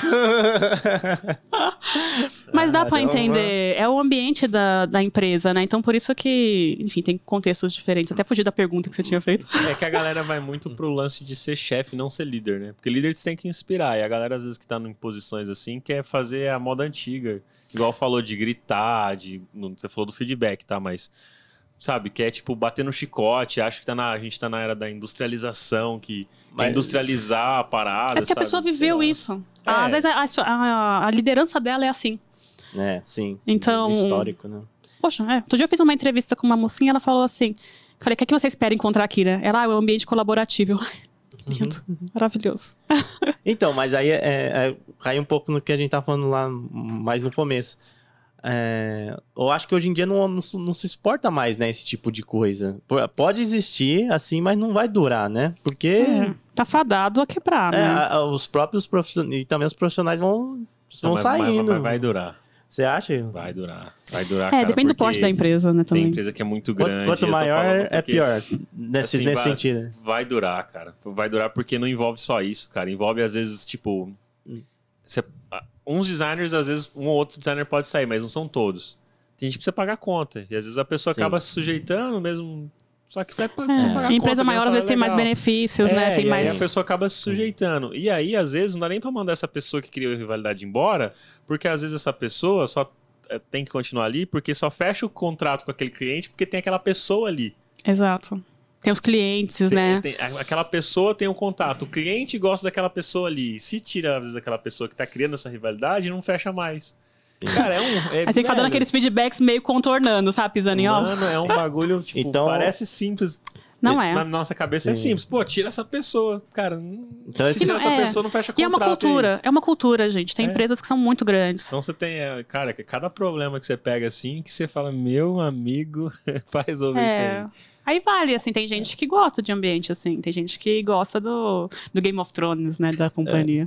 Mas dá pra Caramba. entender. É o ambiente da, da empresa, né? Então por isso que, enfim, tem contextos diferentes. Até fugir da pergunta que você tinha feito. É que a galera vai muito pro lance de ser chefe, não ser líder, né? Porque líder você tem que inspirar. E a galera, às vezes, que tá em posições assim, quer fazer a moda antiga. Igual falou de gritar, de. não- Você falou do feedback, tá? Mas. Sabe, quer, tipo, bater no chicote, acha que tá na, a gente tá na era da industrialização, que Mas- quer industrializar a parada. É porque a sabe? pessoa Sei viveu lá. isso. É. Às vezes a, a- a liderança dela é assim. É, sim. Então- Histórico, né? Poxa, é. Outro dia eu fiz uma entrevista com uma mocinha, ela falou assim, falei, o que é que você espera encontrar aqui, né? Ela, ah, é um ambiente colaborativo. Eu, ai, lindo, maravilhoso. Então, mas aí é, é, cai um pouco no que a gente tá falando lá mais no começo. É, eu acho que hoje em dia não, não, não se exporta mais, né, esse tipo de coisa. P- Pode existir, assim, mas não vai durar, né? Porque É, tá fadado a quebrar, é, né? a- a- os próprios profissionais e também os profissionais vão, Não, vão mas- mas- saindo. mas vai durar. Você acha? Vai durar. Vai durar, É, cara, depende do porque porte da empresa, né, Tem também. empresa que é muito Quanto, grande. quanto eu tô maior falando é porque- pior, nesse, assim, nesse vai- sentido. Vai durar, cara. Vai durar porque não envolve só isso, cara. Envolve, às vezes, tipo... Você, ah, uns designers, às vezes, um ou outro designer pode sair, mas não são todos. Tem gente que precisa pagar conta. E, às vezes, a pessoa Sim. acaba se sujeitando mesmo... Só que vai pa- É, precisa pagar a empresa conta, maior ganha um às vezes tem salário mais legal. benefícios, É, né? Tem e mais. aí a pessoa acaba se sujeitando. E aí, às vezes, não dá nem pra mandar essa pessoa que criou a rivalidade embora, porque às vezes essa pessoa só eh, tem que continuar ali porque só fecha o contrato com aquele cliente porque tem aquela pessoa ali. Exato. Tem os clientes, Tem- né? tem- a- aquela pessoa tem um contato, o cliente gosta daquela pessoa ali. Se tira, às vezes, daquela pessoa que tá criando essa rivalidade, não fecha mais. Cara, é um... É, Aí você fica dando velho, aqueles feedbacks meio contornando, sabe? Pisando em ovos. Mano, é um bagulho, tipo, Então- parece simples. Não é. Na nossa cabeça é Sim. simples. Pô, tira essa pessoa. Cara, não- Então, se esses- tira essa é. pessoa, não fecha E é contrato. uma aí. cultura, é uma cultura, gente. Tem É. empresas que são muito grandes. Então você tem, é, cara, que cada problema que você pega assim, que você fala, meu amigo, vai resolver É. isso aí. Aí vale, assim, tem gente que gosta de ambiente, assim. Tem gente que gosta do, do Game of Thrones, né, da companhia.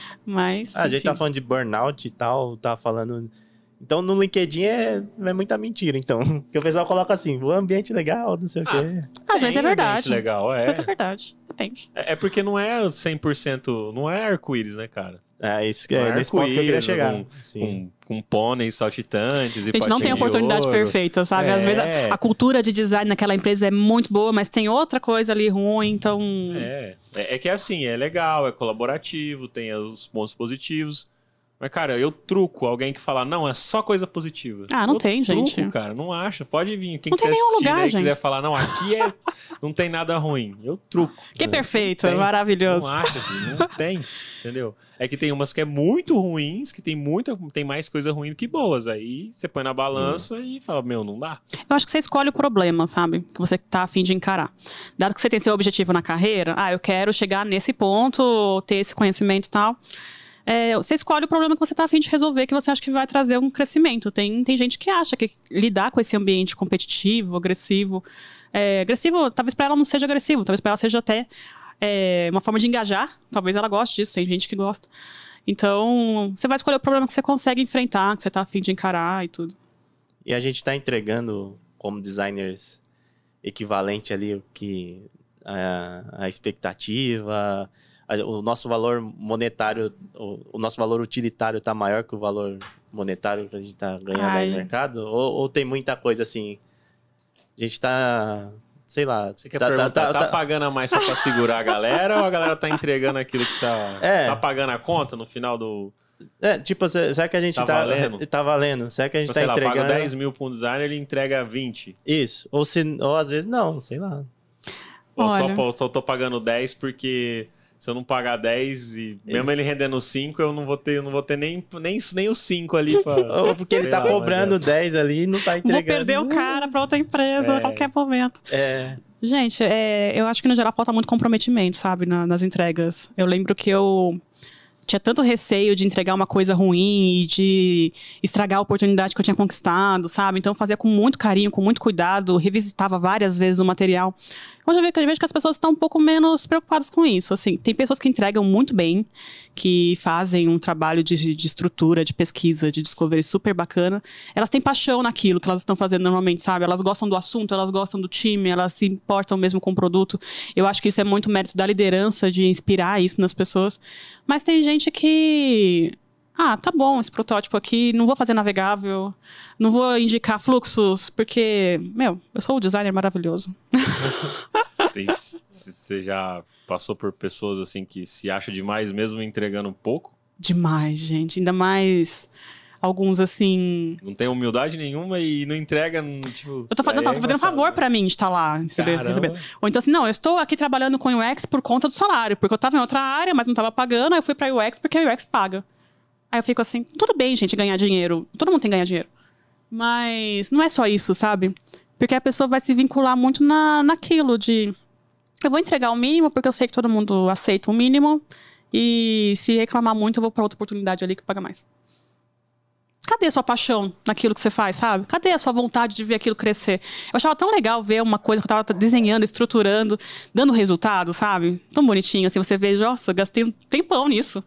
Mas, Ah, a gente enfim. tá falando de burnout e tal, tá falando... Então, no LinkedIn é, é muita mentira, então. Porque o pessoal coloca assim, o ambiente legal, não sei o quê. Às vezes é Tem verdade. ambiente legal, Às é. vezes é verdade. Depende. É é porque não é cem por cento, não é arco-íris, né, cara? É isso que Não é, é nesse ponto que eu queria arco-íris, chegar. não- Sim. Com, com pôneis saltitantes e A gente não tem potinho de oportunidade ouro. perfeita, sabe? Às É. vezes a, a cultura de design naquela empresa é muito boa, mas tem outra coisa ali ruim, então... É, é, é que é assim, é legal, é colaborativo, tem os pontos positivos. Mas, cara, eu truco alguém que fala, não, é só coisa positiva. Ah, não eu tem, truco, gente. cara, não acha. Pode vir, quem Não tem quiser nenhum assistir lugar, aí, gente. quiser falar, não, aqui é, não tem nada ruim. Eu truco. Que Não perfeito, tem. maravilhoso. Não acha, filho, não tem, entendeu? É que tem umas que é muito ruins, que tem muita, tem mais coisa ruim do que boas. Aí você põe na balança Hum. e fala, meu, não dá. Eu acho que você escolhe o problema, sabe? Que você tá afim de encarar. Dado que você tem seu objetivo na carreira, ah, eu quero chegar nesse ponto, ter esse conhecimento e tal. É, você escolhe o problema que você tá afim de resolver, que você acha que vai trazer um crescimento. Tem, tem gente que acha que lidar com esse ambiente competitivo, agressivo... É, agressivo, talvez pra ela não seja agressivo, talvez pra ela seja até é, uma forma de engajar. Talvez ela goste disso, tem gente que gosta. Então, você vai escolher o problema que você consegue enfrentar, que você tá afim de encarar e tudo. E a gente tá entregando, como designers, equivalente ali o que a, a expectativa, a- o nosso valor monetário, o, o nosso valor utilitário tá maior que o valor monetário que a gente tá ganhando aí Ai. no mercado? Ou, ou tem muita coisa assim? A gente tá, sei lá... Você quer tá, perguntar, tá- tá, tá- pagando a mais só pra segurar a galera ou a galera tá entregando aquilo que tá... É. Tá pagando a conta no final do... É, tipo, se- será que a gente Tá tá... valendo? Tá valendo. Será que a gente Sei tá lá, entregando... paga dez mil pra um designer, ele entrega vinte. Isso. Ou, se, ou às vezes não, sei lá. Ou só, Olha. pô, só tô pagando dez porque se eu não pagar dez e mesmo ele rendendo cinco, eu não vou ter, eu não vou ter nem, nem, nem os cinco ali pra... Ou porque ele Sei tá lá, mas cobrando é. dez ali e não tá entregando. Vou perder o cara pra outra empresa É. a qualquer momento. É... Gente, é, eu acho que no geral falta muito comprometimento, sabe, na- nas entregas. Eu lembro que eu tinha tanto receio de entregar uma coisa ruim e de estragar a oportunidade que eu tinha conquistado, sabe? Então eu fazia com muito carinho, com muito cuidado, revisitava várias vezes o material. Hoje eu vejo, eu vejo que as pessoas estão um pouco menos preocupadas com isso. Assim, tem pessoas que entregam muito bem, que fazem um trabalho de, de estrutura, de pesquisa, de discovery super bacana. Elas têm paixão naquilo que elas estão fazendo normalmente, sabe? Elas gostam do assunto, elas gostam do time, elas se importam mesmo com o produto. Eu acho que isso é muito mérito da liderança, de inspirar isso nas pessoas. Mas tem gente que... Ah, tá bom, esse protótipo aqui, não vou fazer navegável, não vou indicar fluxos, porque, meu, eu sou o designer maravilhoso. Tem- c- Você já passou por pessoas assim que se acha demais mesmo entregando um pouco? Demais, gente. Ainda mais alguns, assim... Não tem humildade nenhuma e não entrega, tipo... Eu tô, fazendo, aí não, é tô fazendo um embaçado, favor né? pra mim de estar lá, receber, Caramba. receber. Ou então assim, não, eu estou aqui trabalhando com U X por conta do salário, porque eu tava em outra área, mas não tava pagando, aí eu fui pra U X porque a U X paga. Aí eu fico assim, tudo bem, gente, ganhar dinheiro. Todo mundo tem que ganhar dinheiro. Mas não é só isso, sabe? Porque a pessoa vai se vincular muito na, naquilo de... Eu vou entregar o mínimo porque eu sei que todo mundo aceita o mínimo. E se reclamar muito, eu vou pra outra oportunidade ali que paga mais. Cadê a sua paixão naquilo que você faz, sabe? Cadê a sua vontade de ver aquilo crescer? Eu achava tão legal ver uma coisa que eu tava desenhando, estruturando, dando resultado, sabe? Tão bonitinho, assim, você vê, nossa, eu gastei um tempão nisso.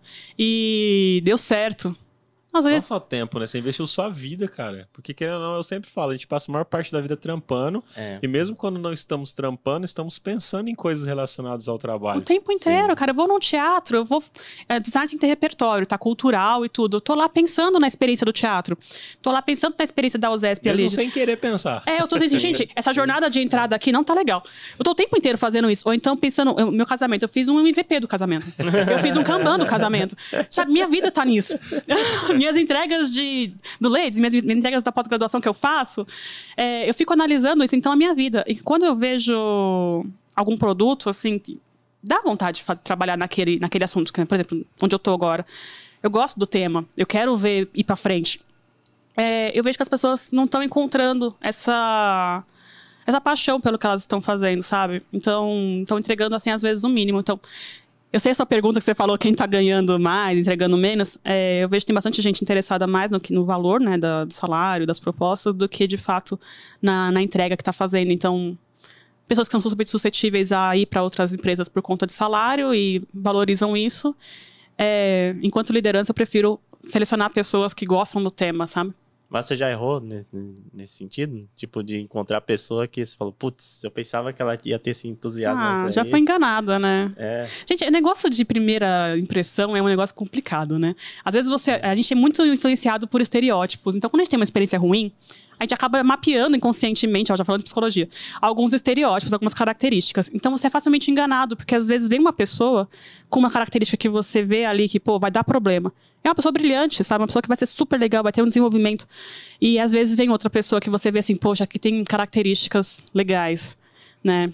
E deu certo. Às Não vezes... só tempo, né? Você investiu sua vida, cara. Porque, querendo ou não, eu sempre falo, a gente passa a maior parte da vida trampando. É. E mesmo quando não estamos trampando, estamos pensando em coisas relacionadas ao trabalho. O tempo inteiro, cara. Eu vou num teatro, eu vou... É, design tem que ter repertório, tá? Cultural e tudo. Eu tô lá pensando na experiência do teatro. Tô lá pensando na experiência da U S E S P Mesmo ali. sem querer pensar. É, eu tô dizendo, gente, essa jornada de entrada aqui não tá legal. Eu tô o tempo inteiro fazendo isso. Ou então pensando, eu- meu casamento, eu fiz um M V P do casamento. Eu fiz um Kanban do casamento. Sabe, minha vida tá nisso. minhas entregas de, do Leeds, minhas, minhas entregas da pós-graduação que eu faço, é, eu fico analisando isso, então, a minha vida. E quando eu vejo algum produto, assim, que dá vontade de trabalhar naquele, naquele assunto, por exemplo, onde eu tô agora. Eu gosto do tema, eu quero ver ir pra frente. É, eu vejo que as pessoas não estão encontrando essa, essa paixão pelo que elas estão fazendo, sabe? Então, estão entregando, assim, às vezes, o mínimo. Então, eu sei a sua pergunta que você falou, quem tá ganhando mais, entregando menos. É, eu vejo que tem bastante gente interessada mais no, no valor, né, da, do salário, das propostas, do que, de fato, na, na entrega que tá fazendo. Então, pessoas que são super suscetíveis a ir para outras empresas por conta de salário e valorizam isso. É, enquanto liderança, eu prefiro selecionar pessoas que gostam do tema, sabe? Mas você já errou nesse sentido? Tipo, de encontrar a pessoa que você falou, putz, eu pensava que ela ia ter esse entusiasmo. Ah, já foi enganada, né? É. Gente, o negócio de primeira impressão é um negócio complicado, né? Às vezes você, a gente é muito influenciado por estereótipos. Então, quando a gente tem uma experiência ruim, a gente acaba mapeando inconscientemente, ó, já falando de psicologia, alguns estereótipos, algumas características. Então, você é facilmente enganado, porque às vezes vem uma pessoa com uma característica que você vê ali que, pô, vai dar problema. É uma pessoa brilhante, sabe? Uma pessoa que vai ser super legal, vai ter um desenvolvimento. E às vezes vem outra pessoa que você vê assim, poxa, aqui tem características legais, né?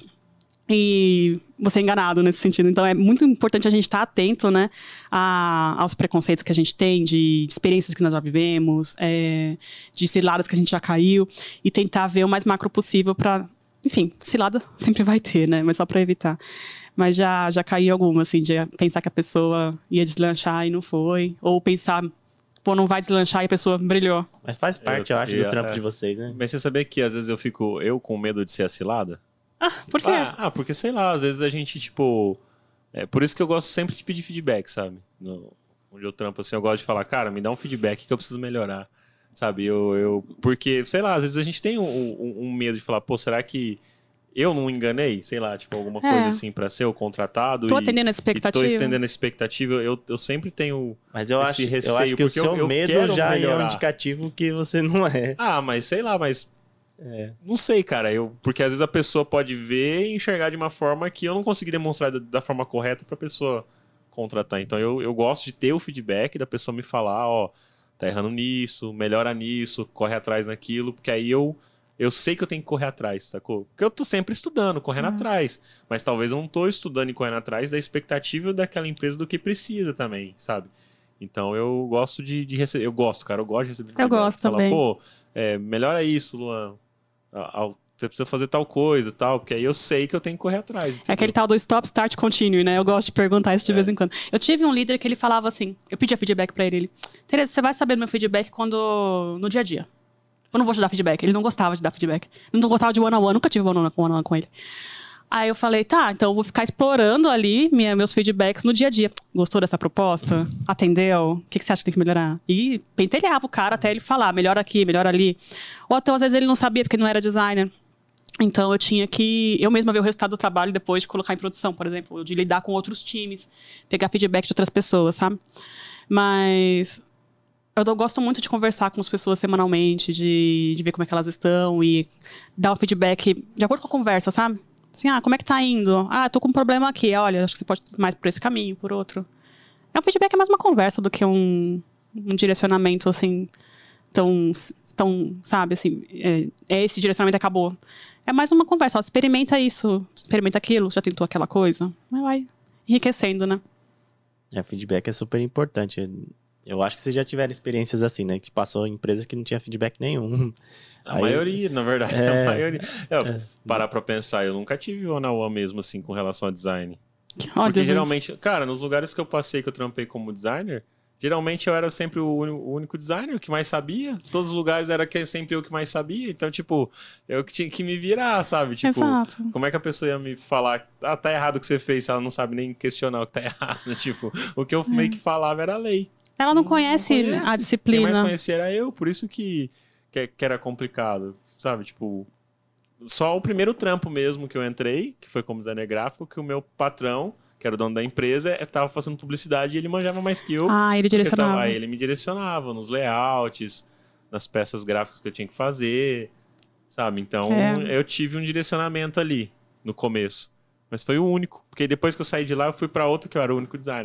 E você é enganado nesse sentido. Então, é muito importante a gente estar atento, né, a, aos preconceitos que a gente tem, de, de experiências que nós já vivemos, é, de ciladas que a gente já caiu, e tentar ver o mais macro possível para... Enfim, cilada sempre vai ter, né? Mas só para evitar. Mas já, já caí alguma, assim, de pensar que a pessoa ia deslanchar e não foi. Ou pensar, pô, não vai deslanchar e a pessoa brilhou. Mas faz parte, eu, eu acho, do trampo é, de vocês, né? Mas você sabia que às vezes eu fico, eu com medo de ser a cilada? Ah, por quê? Ah, ah, porque sei lá, às vezes a gente, tipo... É por isso que eu gosto sempre de pedir feedback, sabe? No, onde eu trampo, assim, eu gosto de falar, cara, me dá um feedback que eu preciso melhorar, sabe? Eu, eu, porque, sei lá, às vezes a gente tem um, um, um medo de falar, pô, será que eu não enganei? Sei lá, tipo, alguma é. coisa assim pra ser o contratado. Tô e, atendendo a expectativa. E tô estendendo a expectativa. Eu, eu sempre tenho mas eu esse acho, receio. Eu acho que o seu eu, medo eu já melhorar. é um indicativo que você não é. Ah, mas sei lá, mas... É. Não sei, cara, eu, porque às vezes a pessoa pode ver e enxergar de uma forma que eu não consegui demonstrar da, da forma correta pra pessoa contratar. Então eu, eu gosto de ter o feedback da pessoa me falar, ó, tá errando nisso, melhora nisso, corre atrás naquilo, porque aí eu, eu sei que eu tenho que correr atrás, sacou? Porque eu tô sempre estudando, correndo uhum. atrás, mas talvez eu não tô estudando e correndo atrás da expectativa daquela empresa do que precisa também, sabe? Então eu gosto de, de receber, eu gosto, cara, eu gosto de receber feedback. Eu gosto falar, também. Pô, é, melhora isso, Luan. Você precisa fazer tal coisa e tal, porque aí eu sei que eu tenho que correr atrás. Entendeu? É aquele tal do stop, start, continue, né? Eu gosto de perguntar isso de é. vez em quando. Eu tive um líder que ele falava assim, eu pedia feedback pra ele, ele, Tereza, você vai saber do meu feedback quando no dia a dia. Eu não vou te dar feedback. Ele não gostava de dar feedback. Ele não gostava de one-on-one, nunca tive one-on-one one com ele. Aí eu falei, tá, então eu vou ficar explorando ali minha, meus feedbacks no dia a dia. Gostou dessa proposta? Atendeu? O que, que você acha que tem que melhorar? E pentelhava o cara até ele falar, melhor aqui, melhor ali. Ou até às vezes ele não sabia porque não era designer. Então eu tinha que, eu mesma ver o resultado do trabalho depois de colocar em produção, por exemplo, de lidar com outros times, pegar feedback de outras pessoas, sabe? Mas eu gosto muito de conversar com as pessoas semanalmente, de, de ver como é que elas estão e dar um feedback de acordo com a conversa, sabe? Assim, ah, como é que tá indo? Ah, tô com um problema aqui. Olha, acho que você pode ir mais por esse caminho, por outro. É um feedback, é mais uma conversa do que um, um direcionamento, assim, tão, tão sabe, assim, é, é esse direcionamento acabou. É mais uma conversa, ó, experimenta isso, experimenta aquilo, já tentou aquela coisa. Mas vai enriquecendo, né? É, feedback é super importante. Eu acho que vocês já tiveram experiências assim, né? Que passou em empresas que não tinha feedback nenhum. A Aí, maioria, na verdade. É, a maioria. Eu, é. Parar pra pensar, eu nunca tive one-on-one mesmo, assim, com relação a design. Oh, Porque Deus geralmente, Deus. cara, nos lugares que eu passei, que eu trampei como designer, geralmente eu era sempre o único designer, o que mais sabia. Todos os lugares era que sempre eu que mais sabia. Então, tipo, eu que tinha que me virar, sabe? Tipo, Exato. Como é que a pessoa ia me falar, ah, tá errado o que você fez, se ela não sabe nem questionar o que tá errado. Tipo, o que eu é. meio que falava era lei. Ela não conhece, não conhece a disciplina. Quem mais conhecia era eu, por isso que, que, que era complicado, sabe? Tipo, só o primeiro trampo mesmo que eu entrei, que foi como designer gráfico, que o meu patrão, que era o dono da empresa, estava fazendo publicidade e ele manjava mais que eu. Ah, ele direcionava. Tava, aí ele me direcionava nos layouts, nas peças gráficas que eu tinha que fazer, sabe? Então, é. eu tive um direcionamento ali, no começo. Mas foi o único, porque depois que eu saí de lá, eu fui para outro que eu era o único designer.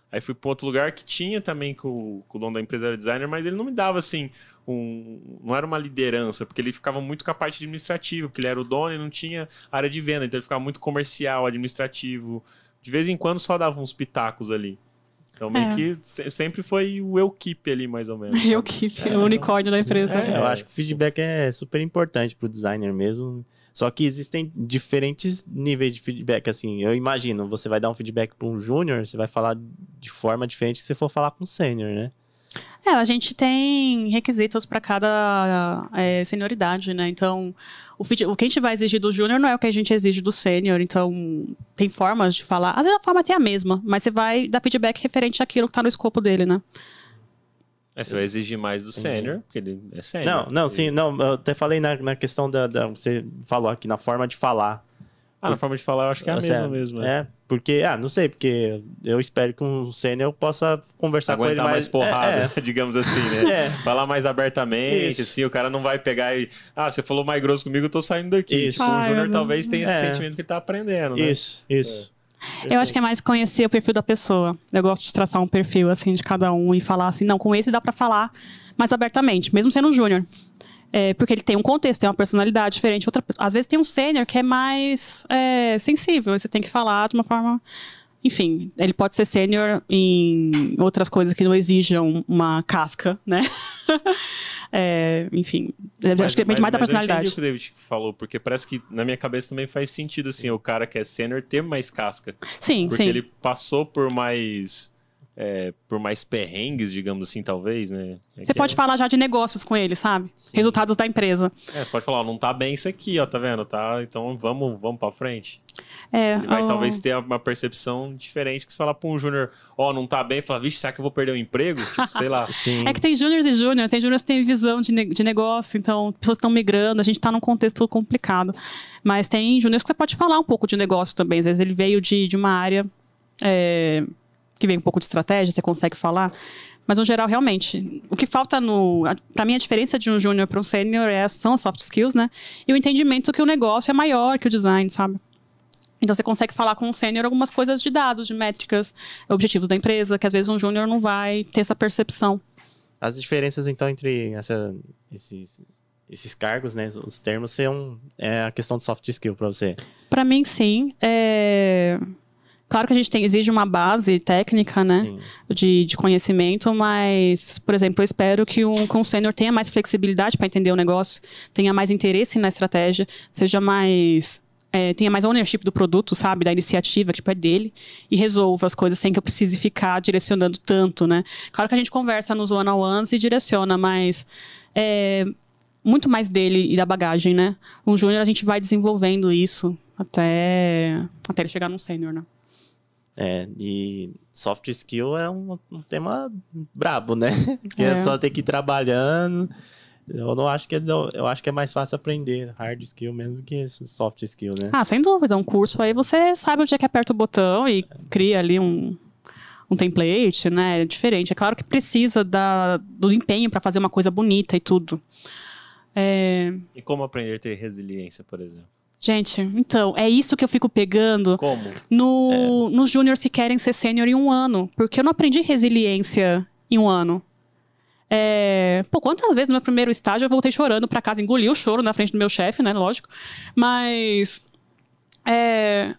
Aí fui para outro lugar que tinha também, com, com o dono da empresa era designer, mas ele não me dava assim, um, não era uma liderança, porque ele ficava muito com a parte administrativa, porque ele era o dono e não tinha área de venda, então ele ficava muito comercial, administrativo. De vez em quando só dava uns pitacos ali. Então meio É. que se- sempre foi o eu keep ali, mais ou menos. Eu que é, o unicórnio da empresa. É, eu acho que o feedback é super importante pro designer mesmo. Só que existem diferentes níveis de feedback, assim. Eu imagino, você vai dar um feedback para um júnior, você vai falar de forma diferente que você for falar com um sênior, né? É, a gente tem requisitos para cada é, senioridade, né? Então, o, feed- o que a gente vai exigir do júnior não é o que a gente exige do sênior. Então, tem formas de falar. Às vezes a forma até é a mesma, mas você vai dar feedback referente àquilo que está no escopo dele, né? É, você vai exigir mais do sênior, porque ele é sênior. Não, não, sim, não, eu até falei na, na questão da, da- Você falou aqui, na forma de falar. Ah, na forma de falar eu acho que é a Você- mesma mesmo. É. É, porque, ah, não sei, porque eu espero que um sênior possa conversar com ele Aguentar mais, mais... porrada, É, digamos assim, né? É. Falar mais abertamente, Isso. assim, o cara não vai pegar e... Ah, você falou mais grosso comigo, eu tô saindo daqui. Isso. Tipo, o Ah, Júnior eu talvez tenha esse É. sentimento que ele tá aprendendo, é, né? isso, isso. Eu acho que é mais conhecer o perfil da pessoa. Eu gosto de traçar um perfil, assim, de cada um e falar assim, não, com esse dá pra falar mais abertamente, mesmo sendo um júnior. É, porque ele tem um contexto, tem uma personalidade diferente. Outra, às vezes tem um sênior que é mais é, sensível, você tem que falar de uma forma... Enfim, ele pode ser sênior em outras coisas que não exijam uma casca, né? É, enfim, eu acho que depende mais da mas eu personalidade. entendi o que o David falou, porque parece que na minha cabeça também faz sentido, assim, o cara que é sênior ter mais casca. Sim, Porque sim. ele passou por mais... é, por mais perrengues, digamos assim, talvez, né? É Você que pode é... falar já de negócios com ele, sabe? Sim. Resultados da empresa. É, você pode falar, ó, não tá bem isso aqui, ó, tá vendo? Tá, então vamos, vamos pra frente. É, Ele vai o- talvez ter uma percepção diferente que se falar pra um júnior, ó, não tá bem, fala, vixe, será que eu vou perder o emprego? Tipo, sei lá. Sim. É que tem júniores e júniores, tem júniores que têm visão de, ne- de negócio, então pessoas estão migrando, a gente está num contexto complicado. Mas tem júniores que você pode falar um pouco de negócio também. Às vezes ele veio de, de uma área é, que vem um pouco de estratégia, você consegue falar. Mas, no geral, realmente, o que falta no... Para mim, a diferença de um júnior para um sênior é, são as soft skills, né? E o entendimento que o negócio é maior que o design, sabe? Então, você consegue falar com um sênior algumas coisas de dados, de métricas, objetivos da empresa, que às vezes um júnior não vai ter essa percepção. As diferenças, então, entre essa, esses, esses cargos, né? Os termos são é a questão de soft skill para você. Para mim, sim. É... Claro que a gente tem, exige uma base técnica, né? Sim. De, de conhecimento, mas, por exemplo, eu espero que um, que um sênior tenha mais flexibilidade para entender o negócio, tenha mais interesse na estratégia, seja mais... É, tenha mais ownership do produto, sabe? Da iniciativa, que tipo, é dele. E resolva as coisas sem que eu precise ficar direcionando tanto, né? Claro que a gente conversa nos one-on-ones e direciona, mas... É, muito mais dele e da bagagem, né? Um júnior, a gente vai desenvolvendo isso até, até ele chegar num sênior, né? É, e soft skill é um, um tema brabo, né? Porque É. é só ter que ir trabalhando. Eu não acho que é, eu acho que é mais fácil aprender hard skill mesmo do que esse soft skill, né? Ah, sem dúvida. Um curso aí você sabe onde é que aperta o botão e cria ali um, um template, né? É diferente. É claro que precisa da, do empenho para fazer uma coisa bonita e tudo. É... E como aprender a ter resiliência, por exemplo? Gente, então, é isso que eu fico pegando Como? no, nos júniors que querem ser sênior em um ano. Porque eu não aprendi resiliência em um ano. É... Pô, quantas vezes no meu primeiro estágio eu voltei chorando pra casa, engoli o choro na frente do meu chefe, né? Lógico. Mas... É...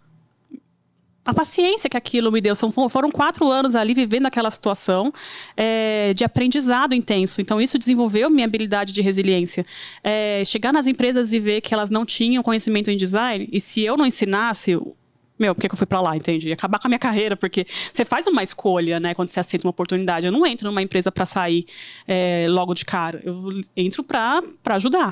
A paciência que aquilo me deu. São, foram quatro anos ali vivendo aquela situação é, de aprendizado intenso. Então, isso desenvolveu minha habilidade de resiliência. É, chegar nas empresas e ver que elas não tinham conhecimento em design, e se eu não ensinasse, meu, por que que eu fui pra lá, entende? Ia acabar com a minha carreira, porque você faz uma escolha, né, quando você aceita uma oportunidade. Eu não entro numa empresa para sair é, logo de cara. Eu entro para ajudar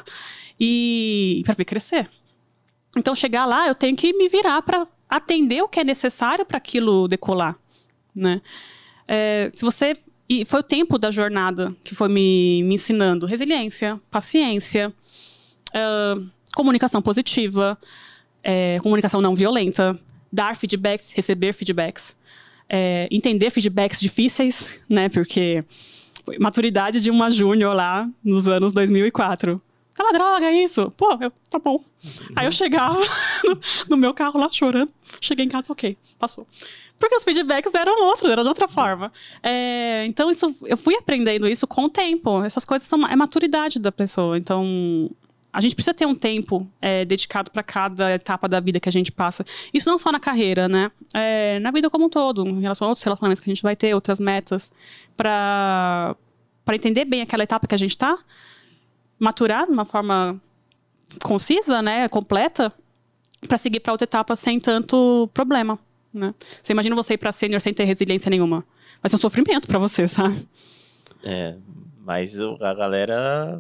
e para ver crescer. Então, chegar lá, eu tenho que me virar para atender o que é necessário para aquilo decolar, né? É, se você... E foi o tempo da jornada que foi me, me ensinando resiliência, paciência, uh, comunicação positiva, é, comunicação não violenta, dar feedbacks, receber feedbacks, é, entender feedbacks difíceis, né? Porque foi maturidade de uma júnior lá nos anos dois mil e quatro. Aquela droga, é isso. Pô, eu, tá bom. Aí eu chegava no, no meu carro lá chorando. Cheguei em casa, ok, passou. Porque os feedbacks eram outros, eram de outra forma. É, então, isso, eu fui aprendendo isso com o tempo. Essas coisas são é maturidade da pessoa. Então, a gente precisa ter um tempo é, dedicado para cada etapa da vida que a gente passa. Isso não só na carreira, né? É, na vida como um todo, em relação a outros relacionamentos que a gente vai ter, outras metas, para para entender bem aquela etapa que a gente está, maturar de uma forma concisa, né, completa, para seguir para outra etapa sem tanto problema, né? Você imagina você ir para sênior sem ter resiliência nenhuma. Vai ser um sofrimento para você, sabe? É, mas a galera...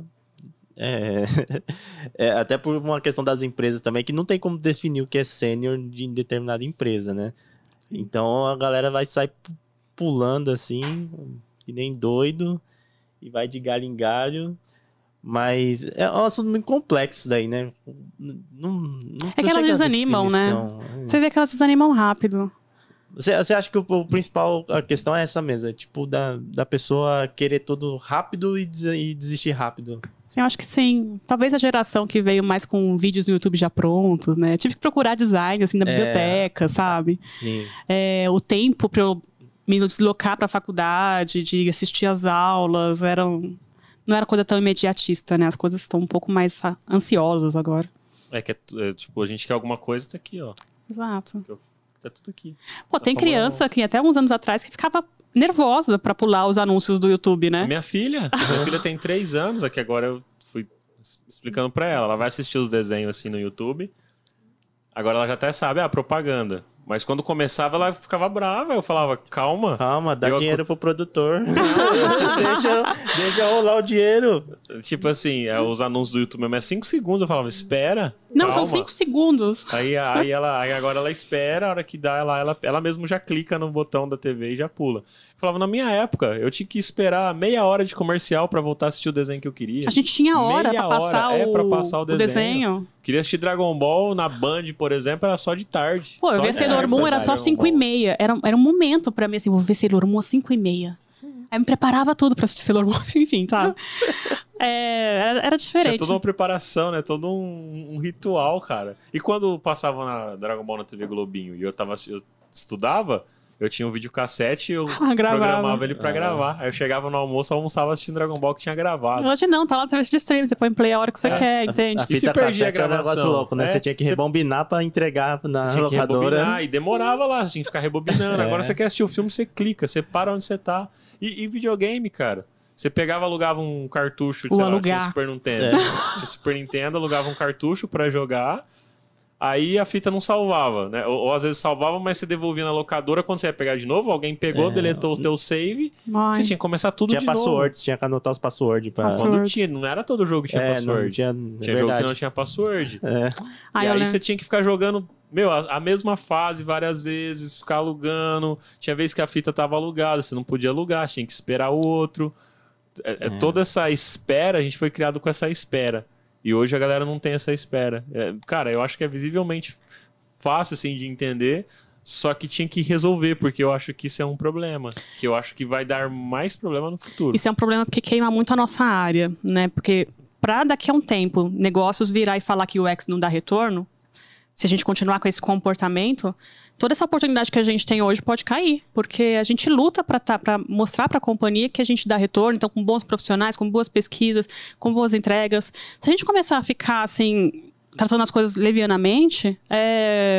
É, é, até por uma questão das empresas também, que não tem como definir o que é sênior de determinada empresa, né? Então a galera vai sair pulando assim, que nem doido, e vai de galho em galho. Mas é um assunto muito complexo daí, né? Não, não, é que elas desanimam, né? Você vê que elas desanimam rápido. Você, você acha que o, o principal, a questão é essa mesmo? É tipo da, da pessoa querer tudo rápido e, des, e desistir rápido? Sim, eu acho que sim. Talvez a geração que veio mais com vídeos no YouTube já prontos, né? Tive que procurar design, assim, na biblioteca, é, sabe? Sim. É, o tempo para eu me deslocar para a faculdade, de assistir às aulas, eram... não era coisa tão imediatista, né? As coisas estão um pouco mais ansiosas agora. É que, é, é, tipo, a gente quer alguma coisa, tá aqui, ó. Exato. Tá tudo aqui. Pô, tem criança que até uns anos atrás que ficava nervosa pra pular os anúncios do YouTube, né? Minha filha. Minha filha tem três anos, aqui agora eu fui explicando pra ela. Ela vai assistir os desenhos assim no YouTube. Agora ela já até sabe a propaganda. Mas quando começava, ela ficava brava. Eu falava, calma. Calma, dá eu... dinheiro pro produtor. deixa, deixa rolar o dinheiro. Tipo assim, é, os anúncios do YouTube mesmo é cinco segundos. Eu falava, espera. Não, calma. são cinco segundos. Aí, aí, ela, aí agora ela espera, a hora que dá, ela, ela, ela mesmo já clica no botão da T V e já pula. Eu falava, na minha época, eu tinha que esperar meia hora de comercial pra voltar a assistir o desenho que eu queria. A gente tinha hora meia pra passar, hora, o... é, pra passar o desenho. o desenho. Queria assistir Dragon Ball na Band, por exemplo, era só de tarde. Pô, eu via Sailor Moon, era só cinco e meia. Era, era um momento pra mim, assim, vou ver Sailor Moon às cinco e meia. Aí me preparava tudo pra assistir Sailor Moon, enfim, sabe? É, era, era diferente. Tinha toda uma preparação, né? Todo um, um ritual, cara. E quando passava na Dragon Ball na T V Globinho e eu, tava, eu estudava, eu tinha um videocassete e eu ah, programava ele pra ah. gravar. Aí eu chegava no almoço, almoçava assistindo Dragon Ball que tinha gravado. Hoje não, tá lá no serviço de stream, você põe play a hora que você é. quer, entende? A, a fita e se perdia a gravação? É um negócio louco, né? É, você tinha que rebobinar você... pra entregar na você tinha locadora. Que rebobinar, e demorava lá, você tinha que ficar rebobinando. é. Agora você quer assistir o filme, você clica, você para onde você tá. E, e videogame, cara? Você pegava, alugava um cartucho, sei lá, tinha Super Nintendo. É. Tinha Super Nintendo, alugava um cartucho pra jogar, aí a fita não salvava, né? Ou, ou às vezes salvava, mas você devolvia na locadora, quando você ia pegar de novo, alguém pegou, é. deletou o teu save, Mãe. Você tinha que começar tudo tinha de password, novo. Tinha password, tinha que anotar os passwords. Pra... Quando tinha, não era todo jogo que tinha é, password. Não tinha, tinha é jogo que não tinha password. É. Ai, e aí você tinha que ficar jogando... Meu, a, a mesma fase várias vezes, ficar alugando. Tinha vez que a fita tava alugada, você não podia alugar, tinha que esperar o outro. É, é. Toda essa espera, a gente foi criado com essa espera. E hoje a galera não tem essa espera. É, cara, eu acho que é visivelmente fácil assim, de entender, só que tinha que resolver, porque eu acho que isso é um problema. Que eu acho que vai dar mais problema no futuro. Isso é um problema porque queima muito a nossa área, né? Porque para daqui a um tempo, negócios virar e falar que o U X não dá retorno, se a gente continuar com esse comportamento, toda essa oportunidade que a gente tem hoje pode cair, porque a gente luta para tá, para mostrar para a companhia que a gente dá retorno, então com bons profissionais, com boas pesquisas, com boas entregas. Se a gente começar a ficar assim, tratando as coisas levianamente, é...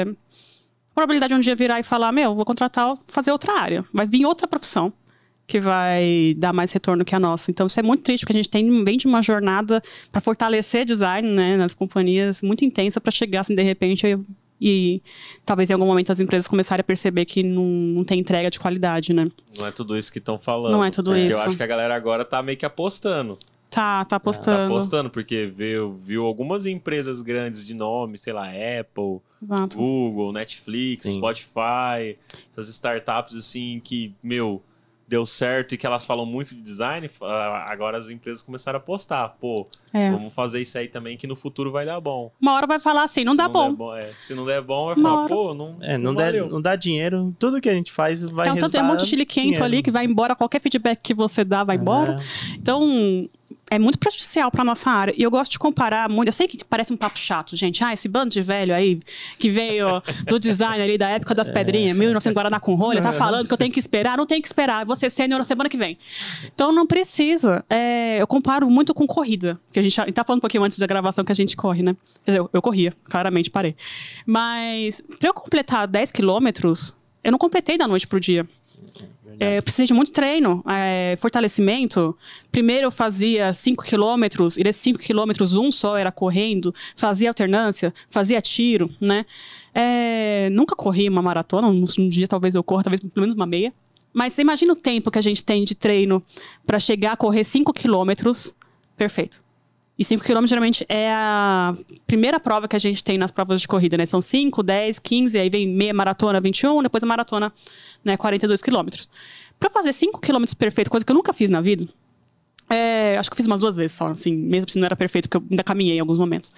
a probabilidade de um dia virar e falar, meu, vou contratar, fazer outra área, vai vir outra profissão que vai dar mais retorno que a nossa. Então, isso é muito triste, porque a gente tem, vem de uma jornada para fortalecer design, né, nas companhias, muito intensa, para chegar, assim, de repente, e, e talvez em algum momento as empresas começarem a perceber que não, não tem entrega de qualidade, né? Não é tudo isso que estão falando. Não é tudo porque isso. Eu acho que a galera agora tá meio que apostando. Tá, tá apostando. Tá apostando, porque viu, viu algumas empresas grandes de nome, sei lá, Apple, Exato. Google, Netflix, Sim. Spotify, essas startups, assim, que, meu... deu certo e que elas falam muito de design, agora as empresas começaram a apostar. Pô, é. vamos fazer isso aí também que no futuro vai dar bom. Uma hora vai falar assim, não Se dá não bom. bom é. Se não der bom, vai Uma falar, hora. pô, não, é, não, não, der, não dá dinheiro, tudo que a gente faz vai então, resultar tanto é um monte de chile quente dinheiro. ali que vai embora, qualquer feedback que você dá vai embora. É. Então, é muito prejudicial para nossa área. E eu gosto de comparar muito. Eu sei que parece um papo chato, gente. Ah, esse bando de velho aí que veio do design ali da época das pedrinhas, mil e novecentos Guaraná com rolha, tá falando que eu tenho que esperar. Não tem que esperar. Eu vou ser sênior na semana que vem. Então não precisa. É, eu comparo muito com corrida. Que a gente, a gente tá falando um pouquinho antes da gravação que a gente corre, né? Quer dizer, eu, eu corria, claramente parei. Mas para eu completar dez quilômetros, eu não completei da noite pro dia. É, eu precisei de muito treino, é, fortalecimento. Primeiro eu fazia cinco quilômetros, e desses cinco quilômetros, um só era correndo, fazia alternância, fazia tiro, né? É, nunca corri uma maratona, um, um dia talvez eu corra, talvez pelo menos uma meia. Mas você imagina o tempo que a gente tem de treino para chegar a correr cinco quilômetros, perfeito. E cinco quilômetros geralmente é a primeira prova que a gente tem nas provas de corrida, né? São cinco, dez, quinze, aí vem meia maratona, vinte e um, depois a maratona, né, quarenta e dois quilômetros. Pra fazer cinco quilômetros perfeito, coisa que eu nunca fiz na vida, é, acho que eu fiz umas duas vezes só, assim, mesmo se não era perfeito, porque eu ainda caminhei em alguns momentos.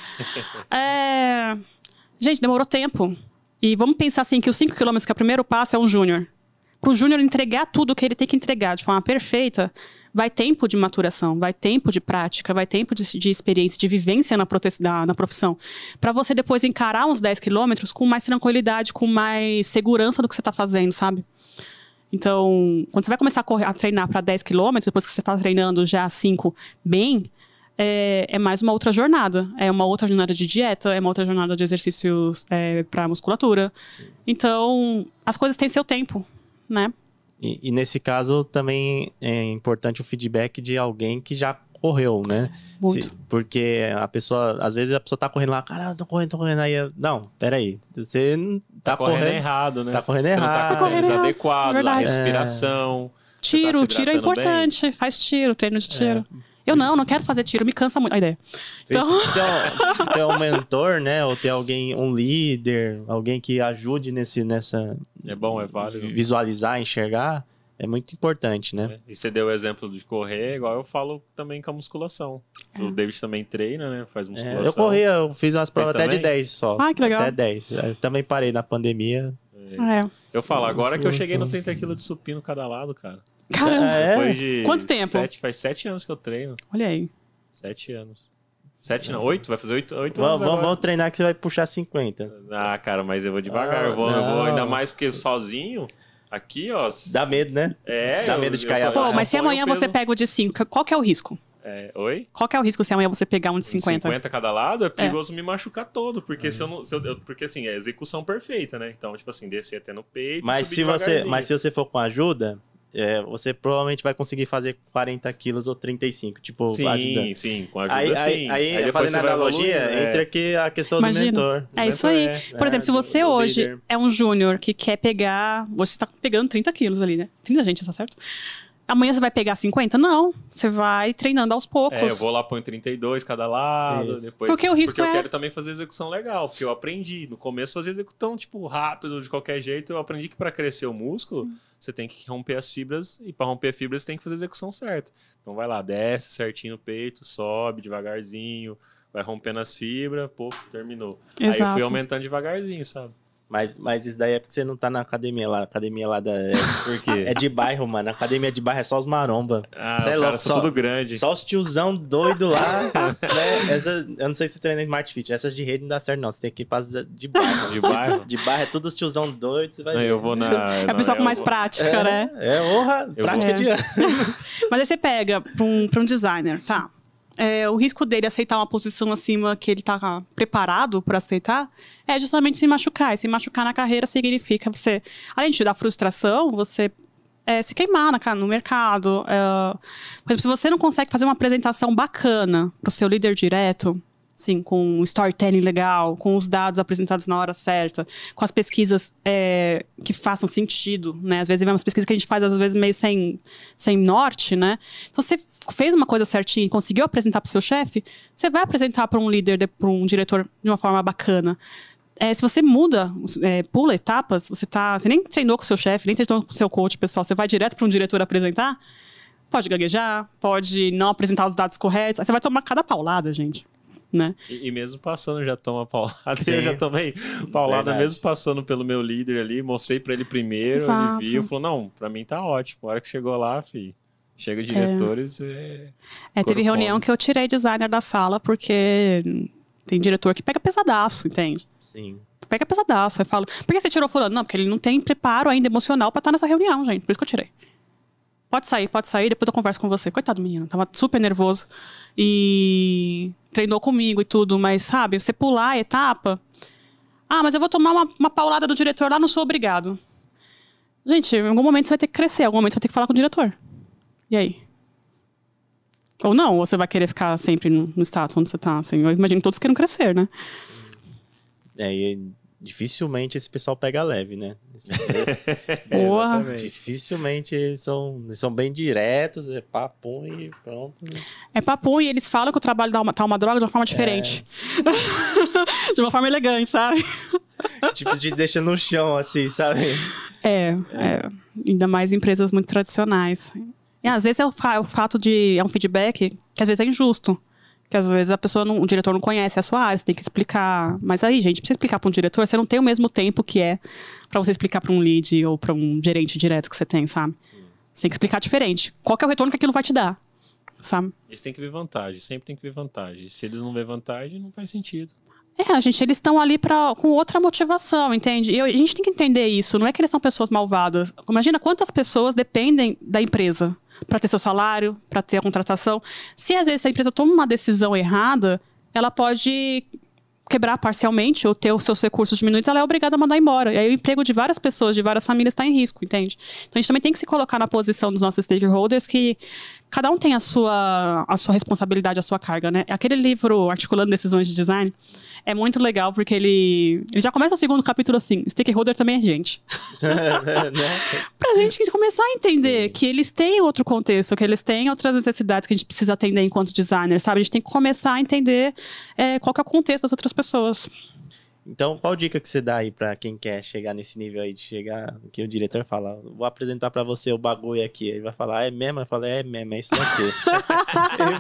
é, gente, demorou tempo. E vamos pensar assim, que os cinco quilômetros, que é o primeiro passo, é um júnior. Para o júnior entregar tudo o que ele tem que entregar de forma perfeita, vai tempo de maturação, vai tempo de prática, vai tempo de, de experiência, de vivência na, na, na profissão. Para você depois encarar uns dez quilômetros com mais tranquilidade, com mais segurança do que você está fazendo, sabe? Então, quando você vai começar a, correr, a treinar para dez quilômetros, depois que você está treinando já cinco bem, é, é mais uma outra jornada. É uma outra jornada de dieta, é uma outra jornada de exercícios é, para musculatura. Sim. Então, as coisas têm seu tempo. Né? E, e nesse caso também é importante o feedback de alguém que já correu, né? Muito. Se, porque a pessoa, às vezes a pessoa tá correndo lá, cara, eu tô correndo, tô correndo aí. Não, peraí, você tá, tá correndo, correndo errado, né? Tá correndo você errado. Não tá com o tênis adequado, lá, respiração. É. Tiro, tá tiro é importante, bem. Faz tiro, treino de tiro. É. Eu não, não quero fazer tiro, me cansa muito a ideia. Então... Tem, tem um mentor, né? Ou tem alguém, um líder, alguém que ajude nesse, nessa... É bom, é válido. Visualizar, enxergar, é muito importante, né? É. E você deu o exemplo de correr, igual eu falo também com a musculação. É. O David também treina, né? Faz musculação. É, eu corria, eu fiz umas provas até de dez só. Ah, que legal. Até dez. Eu também parei na pandemia. É. Eu falo, agora que eu cheguei no trinta quilos de supino cada lado, cara. Caramba! É? Depois de Quanto tempo? Sete, faz sete anos que eu treino. Olha aí. Sete anos. Sete não, oito? Vai fazer oito, oito vamos, anos vamos, agora. Vamos treinar que você vai puxar cinquenta. Ah, cara, mas eu vou devagar. Ah, eu, vou, eu vou ainda mais porque sozinho, aqui, ó... Dá medo, né? É. Dá eu, medo de cair a Pô, mas se amanhã você pega o de cinco, qual que é o risco? É, oi? Qual que é o risco se amanhã você pegar um de cinquenta? cinquenta cada lado, é perigoso é. me machucar todo, porque é. se eu não, se eu, porque assim, é execução perfeita, né? Então, tipo assim, descer até no peito, mas subir se você, mas se você for com ajuda, é, você provavelmente vai conseguir fazer quarenta quilos ou trinta e cinco, tipo, sim, ajuda. sim, com ajuda aí, sim. Aí, aí, aí fazendo analogia, evoluir, entra é. aqui a questão Imagina. do mentor. É isso aí. É. Por exemplo, se você do, do hoje líder. é um júnior que quer pegar, você tá pegando trinta quilos ali, né? trinta, gente, tá certo? Amanhã você vai pegar cinquenta? Não. Você vai treinando aos poucos. É, eu vou lá põe trinta e dois cada lado. Isso. Depois, porque o risco porque é... eu quero também fazer execução legal. Porque eu aprendi. No começo fazer execução, tipo, rápido, de qualquer jeito. Eu aprendi que para crescer o músculo, Sim. você tem que romper as fibras. E para romper fibras, você tem que fazer a execução certa. Então vai lá, desce certinho no peito, sobe devagarzinho. Vai rompendo as fibras, pô, terminou. Exato. Aí eu fui aumentando devagarzinho, sabe? Mas, mas isso daí é porque você não tá na academia lá. Academia lá da... É, Por quê? É de bairro, mano. A academia de bairro é só os maromba. Ah, Cê os é caras louco, são só, tudo grande. Só os tiozão doido lá, né? Essa, eu não sei se você treina em Smart Fit. Essas de rede não dá certo, não. Você tem que ir para de bairro. De bairro? De bairro é tudo os tiozão doido. Você vai não, ver. eu vou na... É a pessoa com mais vou... prática, é, né? É, honra. Eu prática vou... de... É. Mas aí você pega para um, pra um designer, tá? É, o risco dele aceitar uma posição acima que ele tá preparado para aceitar é justamente se machucar. E se machucar na carreira significa você, além de te dar frustração, você é, se queimar na, no mercado. É, por exemplo, se você não consegue fazer uma apresentação bacana pro seu líder direto, assim, com um storytelling legal, com os dados apresentados na hora certa, com as pesquisas é, que façam sentido, né? Às vezes vem umas pesquisas que a gente faz, às vezes, meio sem, sem norte, né? Então, você fez uma coisa certinha e conseguiu apresentar para o seu chefe, você vai apresentar para um líder, para um diretor de uma forma bacana. É, se você muda, é, pula etapas, você, tá, você nem treinou com o seu chefe, nem treinou com o seu coach, pessoal, você vai direto para um diretor apresentar, pode gaguejar, pode não apresentar os dados corretos, aí você vai tomar cada paulada, gente. Né? E, e mesmo passando já toma paulada. Sim. Eu já tomei paulada. Verdade. Mesmo passando pelo meu líder ali, mostrei pra ele primeiro, Exato. Ele viu, falou, não, pra mim tá ótimo. A hora que chegou lá, fi, Chega diretores... É, é teve reunião come. que eu tirei designer da sala porque tem diretor que pega pesadaço, entende? Sim. Pega pesadaço. Eu falo, por que você tirou fulano? Não, porque ele não tem preparo ainda emocional pra estar nessa reunião, gente. Por isso que eu tirei. Pode sair, pode sair, depois eu converso com você. Coitado do menino, tava super nervoso. E treinou comigo e tudo, mas sabe, você pular a etapa... Ah, mas eu vou tomar uma, uma paulada do diretor lá, não sou obrigado. Gente, em algum momento você vai ter que crescer, em algum momento você vai ter que falar com o diretor. E aí? Ou não, ou você vai querer ficar sempre no, no status onde você tá, assim. Eu imagino que todos queiram crescer, né? É, e dificilmente esse pessoal pega leve, né? Boa. Dificilmente eles são, eles são bem diretos, é papum e pronto. Né? É papum e eles falam que o trabalho tá uma, tá uma droga de uma forma diferente. É. De uma forma elegante, sabe? Tipo, te deixa no chão, assim, sabe? É, é. é. Ainda mais empresas muito tradicionais. E às vezes é o, fa- o fato de... É um feedback que às vezes é injusto. Que às vezes a pessoa não, o diretor não conhece a sua área, você tem que explicar. Mas aí, gente, pra você explicar para um diretor, você não tem o mesmo tempo que é para você explicar para um lead ou para um gerente direto que você tem, sabe? Sim. Você tem que explicar diferente. Qual que é o retorno que aquilo vai te dar, sabe? Eles têm que ver vantagem, sempre tem que ver vantagem. Se eles não ver vantagem, não faz sentido. É, gente, eles estão ali pra, com outra motivação, entende? E eu, a gente tem que entender isso, não é que eles são pessoas malvadas. Imagina quantas pessoas dependem da empresa para ter seu salário, para ter a contratação. Se às vezes a empresa toma uma decisão errada, ela pode quebrar parcialmente ou ter os seus recursos diminuídos, ela é obrigada a mandar embora. E aí o emprego de várias pessoas, de várias famílias está em risco, entende? Então a gente também tem que se colocar na posição dos nossos stakeholders que cada um tem a sua, a sua responsabilidade, a sua carga, né? Aquele livro, Articulando Decisões de Design, é muito legal porque ele, ele já começa o segundo capítulo assim, stakeholder também é gente. Pra gente começar a entender Sim. que eles têm outro contexto, que eles têm outras necessidades que a gente precisa atender enquanto designer, sabe? A gente tem que começar a entender é, qual que é o contexto das outras pessoas. Então, qual dica que você dá aí pra quem quer chegar nesse nível aí de chegar, que o diretor fala, vou apresentar pra você o bagulho aqui, ele vai falar, é mesmo? Eu falo, é mesmo, é isso daqui. E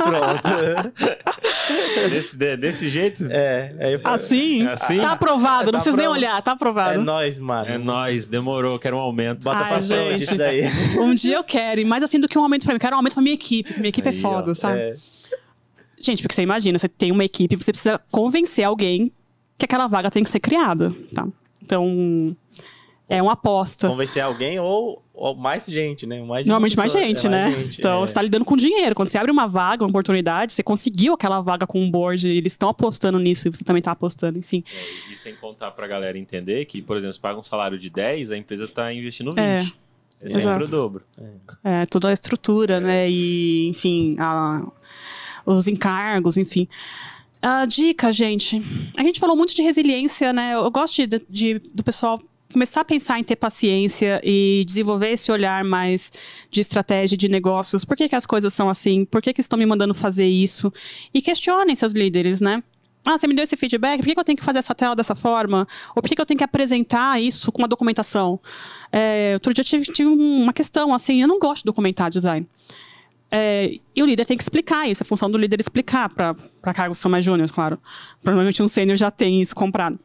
pronto. Desse, desse jeito? É. Aí falo, assim? assim? Tá aprovado, não tá precisa aprovado. nem olhar, tá aprovado. É nóis, mano. É nóis, demorou, quero um aumento. Bota Ai, pra frente isso daí. Um dia eu quero, e mais assim do que um aumento pra mim, eu quero um aumento pra minha equipe, minha equipe Aí, é foda, ó, sabe? É. Gente, porque você imagina, você tem uma equipe, você precisa convencer alguém que aquela vaga tem que ser criada, tá? Então, é uma aposta. Convencer alguém ou, ou mais gente, né? Mais Normalmente mais pessoa, gente, é, né? mais gente, então, é. você tá lidando com dinheiro. Quando você abre uma vaga, uma oportunidade, você conseguiu aquela vaga com um board, eles estão apostando nisso e você também tá apostando, enfim. É, e sem contar pra galera entender que, por exemplo, se paga um salário de dez, a empresa tá investindo vinte. É, é sempre exato. o dobro. É, toda a estrutura, é. né? E, enfim, a, os encargos, enfim. A dica, gente. A gente falou muito de resiliência, né? Eu gosto de, de, do pessoal começar a pensar em ter paciência e desenvolver esse olhar mais de estratégia de negócios. Por que que as coisas são assim? Por que que estão me mandando fazer isso? E questionem seus líderes, né? Ah, você me deu esse feedback, por que que eu tenho que fazer essa tela dessa forma? Ou por que que eu tenho que apresentar isso com uma documentação? É, outro dia eu tive, tive uma questão, assim, eu não gosto de documentar design. É, e o líder tem que explicar isso, a função do líder é explicar para cargos que são mais júnior, claro. Provavelmente um sênior já tem isso comprado.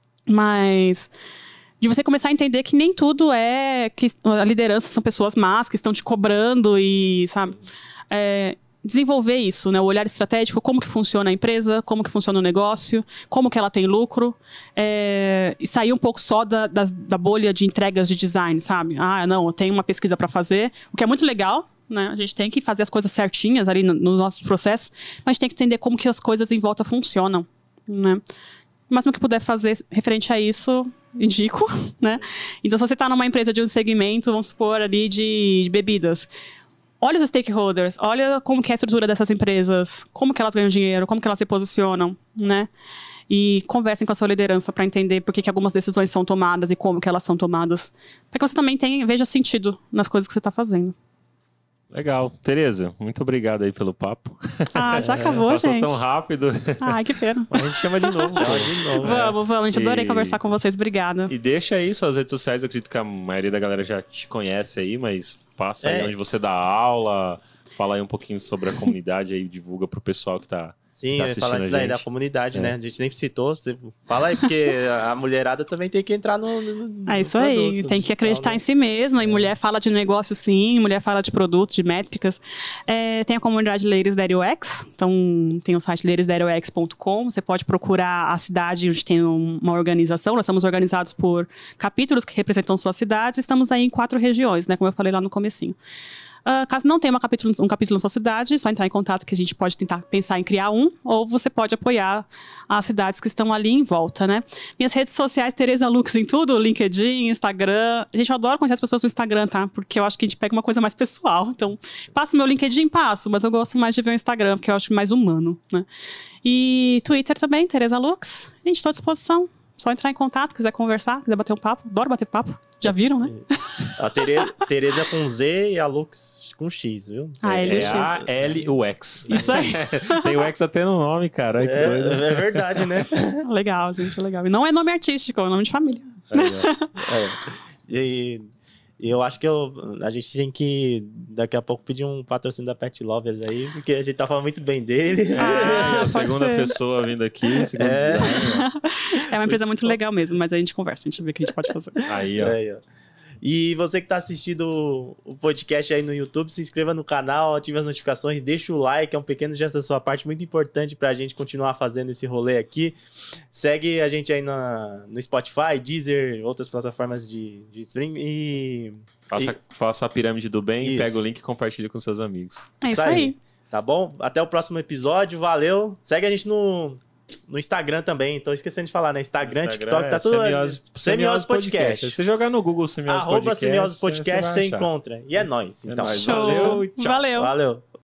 Mas de você começar a entender que nem tudo é que a liderança são pessoas más que estão te cobrando e, sabe? É, desenvolver isso, né? O olhar estratégico, como que funciona a empresa, como que funciona o negócio, como que ela tem lucro. É, e sair um pouco só da, da, da bolha de entregas de design, sabe? Ah, não, eu tenho uma pesquisa para fazer, o que é muito legal. Né? A gente tem que fazer as coisas certinhas ali no, nos nossos processos, mas a gente tem que entender como que as coisas em volta funcionam, né? O máximo que puder fazer referente a isso, indico, né? Então, se você está numa empresa de um segmento, vamos supor, ali de, de bebidas, olha os stakeholders, olha como que é a estrutura dessas empresas, como que elas ganham dinheiro, como que elas se posicionam, né? E conversem com a sua liderança para entender por que que algumas decisões são tomadas e como que elas são tomadas, para que você também tenha, veja sentido nas coisas que você está fazendo. Legal. Tereza, muito obrigado aí pelo papo. Ah, já acabou, Passou gente. tão rápido. Ai, que pena. Mas a gente chama de novo. Chama de novo. Vamos, vamos. A gente adorei E- conversar com vocês. Obrigada. E deixa aí suas redes sociais, eu acredito que a maioria da galera já te conhece aí, mas passa aí É. onde você dá aula, Fala aí um pouquinho sobre a comunidade aí, divulga pro pessoal que tá, Sim, tá eu ia falar isso daí da comunidade, é. né? A gente nem citou. Você fala aí, porque a mulherada também tem que entrar no. no é isso no aí, produto, tem que acreditar né? em si mesma. É. E mulher fala de negócio, sim, mulher fala de produto, de métricas. É, tem a comunidade Ladies That U X, então tem o site ladies that u x ponto com. Você pode procurar a cidade onde tem uma organização. Nós somos organizados por capítulos que representam suas cidades. Estamos aí em quatro regiões, né? Como eu falei lá no comecinho. Uh, caso não tenha uma capítulo, um capítulo na sua cidade, é só entrar em contato que a gente pode tentar pensar em criar um, ou você pode apoiar as cidades que estão ali em volta, né? Minhas redes sociais, Tereza Lux em tudo, LinkedIn, Instagram. A gente adora conhecer as pessoas no Instagram, tá? Porque eu acho que a gente pega uma coisa mais pessoal. Então, passo meu LinkedIn, passo, mas eu gosto mais de ver o Instagram, porque eu acho mais humano, né? E Twitter também, Tereza Lux. A gente está à disposição. Só entrar em contato, quiser conversar, quiser bater um papo. Adoro bater papo. Já viram, né? A Tereza, Tereza com Z e a Lux com X, viu? Ah, é, L é A L U X. Isso aí. Tem o X até no nome, cara. Ai, que é, doido. é verdade, né? Legal, gente, legal. E não é nome artístico, é nome de família. É, é. E, e eu acho que eu, a gente tem que, daqui a pouco, pedir um patrocínio da Pet Lovers aí, porque a gente tá falando muito bem dele. Ah, é, a segunda ser. pessoa vindo aqui, segundo É. design. É uma empresa muito legal mesmo, mas a gente conversa, a gente vê o que a gente pode fazer. Aí, ó. É, ó. E você que tá assistindo o podcast aí no YouTube, se inscreva no canal, ative as notificações, deixa o like, é um pequeno gesto da sua parte, muito importante pra gente continuar fazendo esse rolê aqui. Segue a gente aí na, no Spotify, Deezer, outras plataformas de, de stream e... Faça, e, faça a pirâmide do bem, Isso. pega o link e compartilha com seus amigos. É isso aí. Tá bom? Até o próximo episódio, valeu. Segue a gente no... No Instagram também, tô esquecendo de falar, né? Instagram, Instagram TikTok, tá tudo... Semiose, Semiose Podcast. Se você jogar no Google Semiose Arroba Podcast, Semiose Podcast, você vai achar. encontra. E é nóis. É Então. nóis. Show. Valeu e tchau. Valeu. Valeu.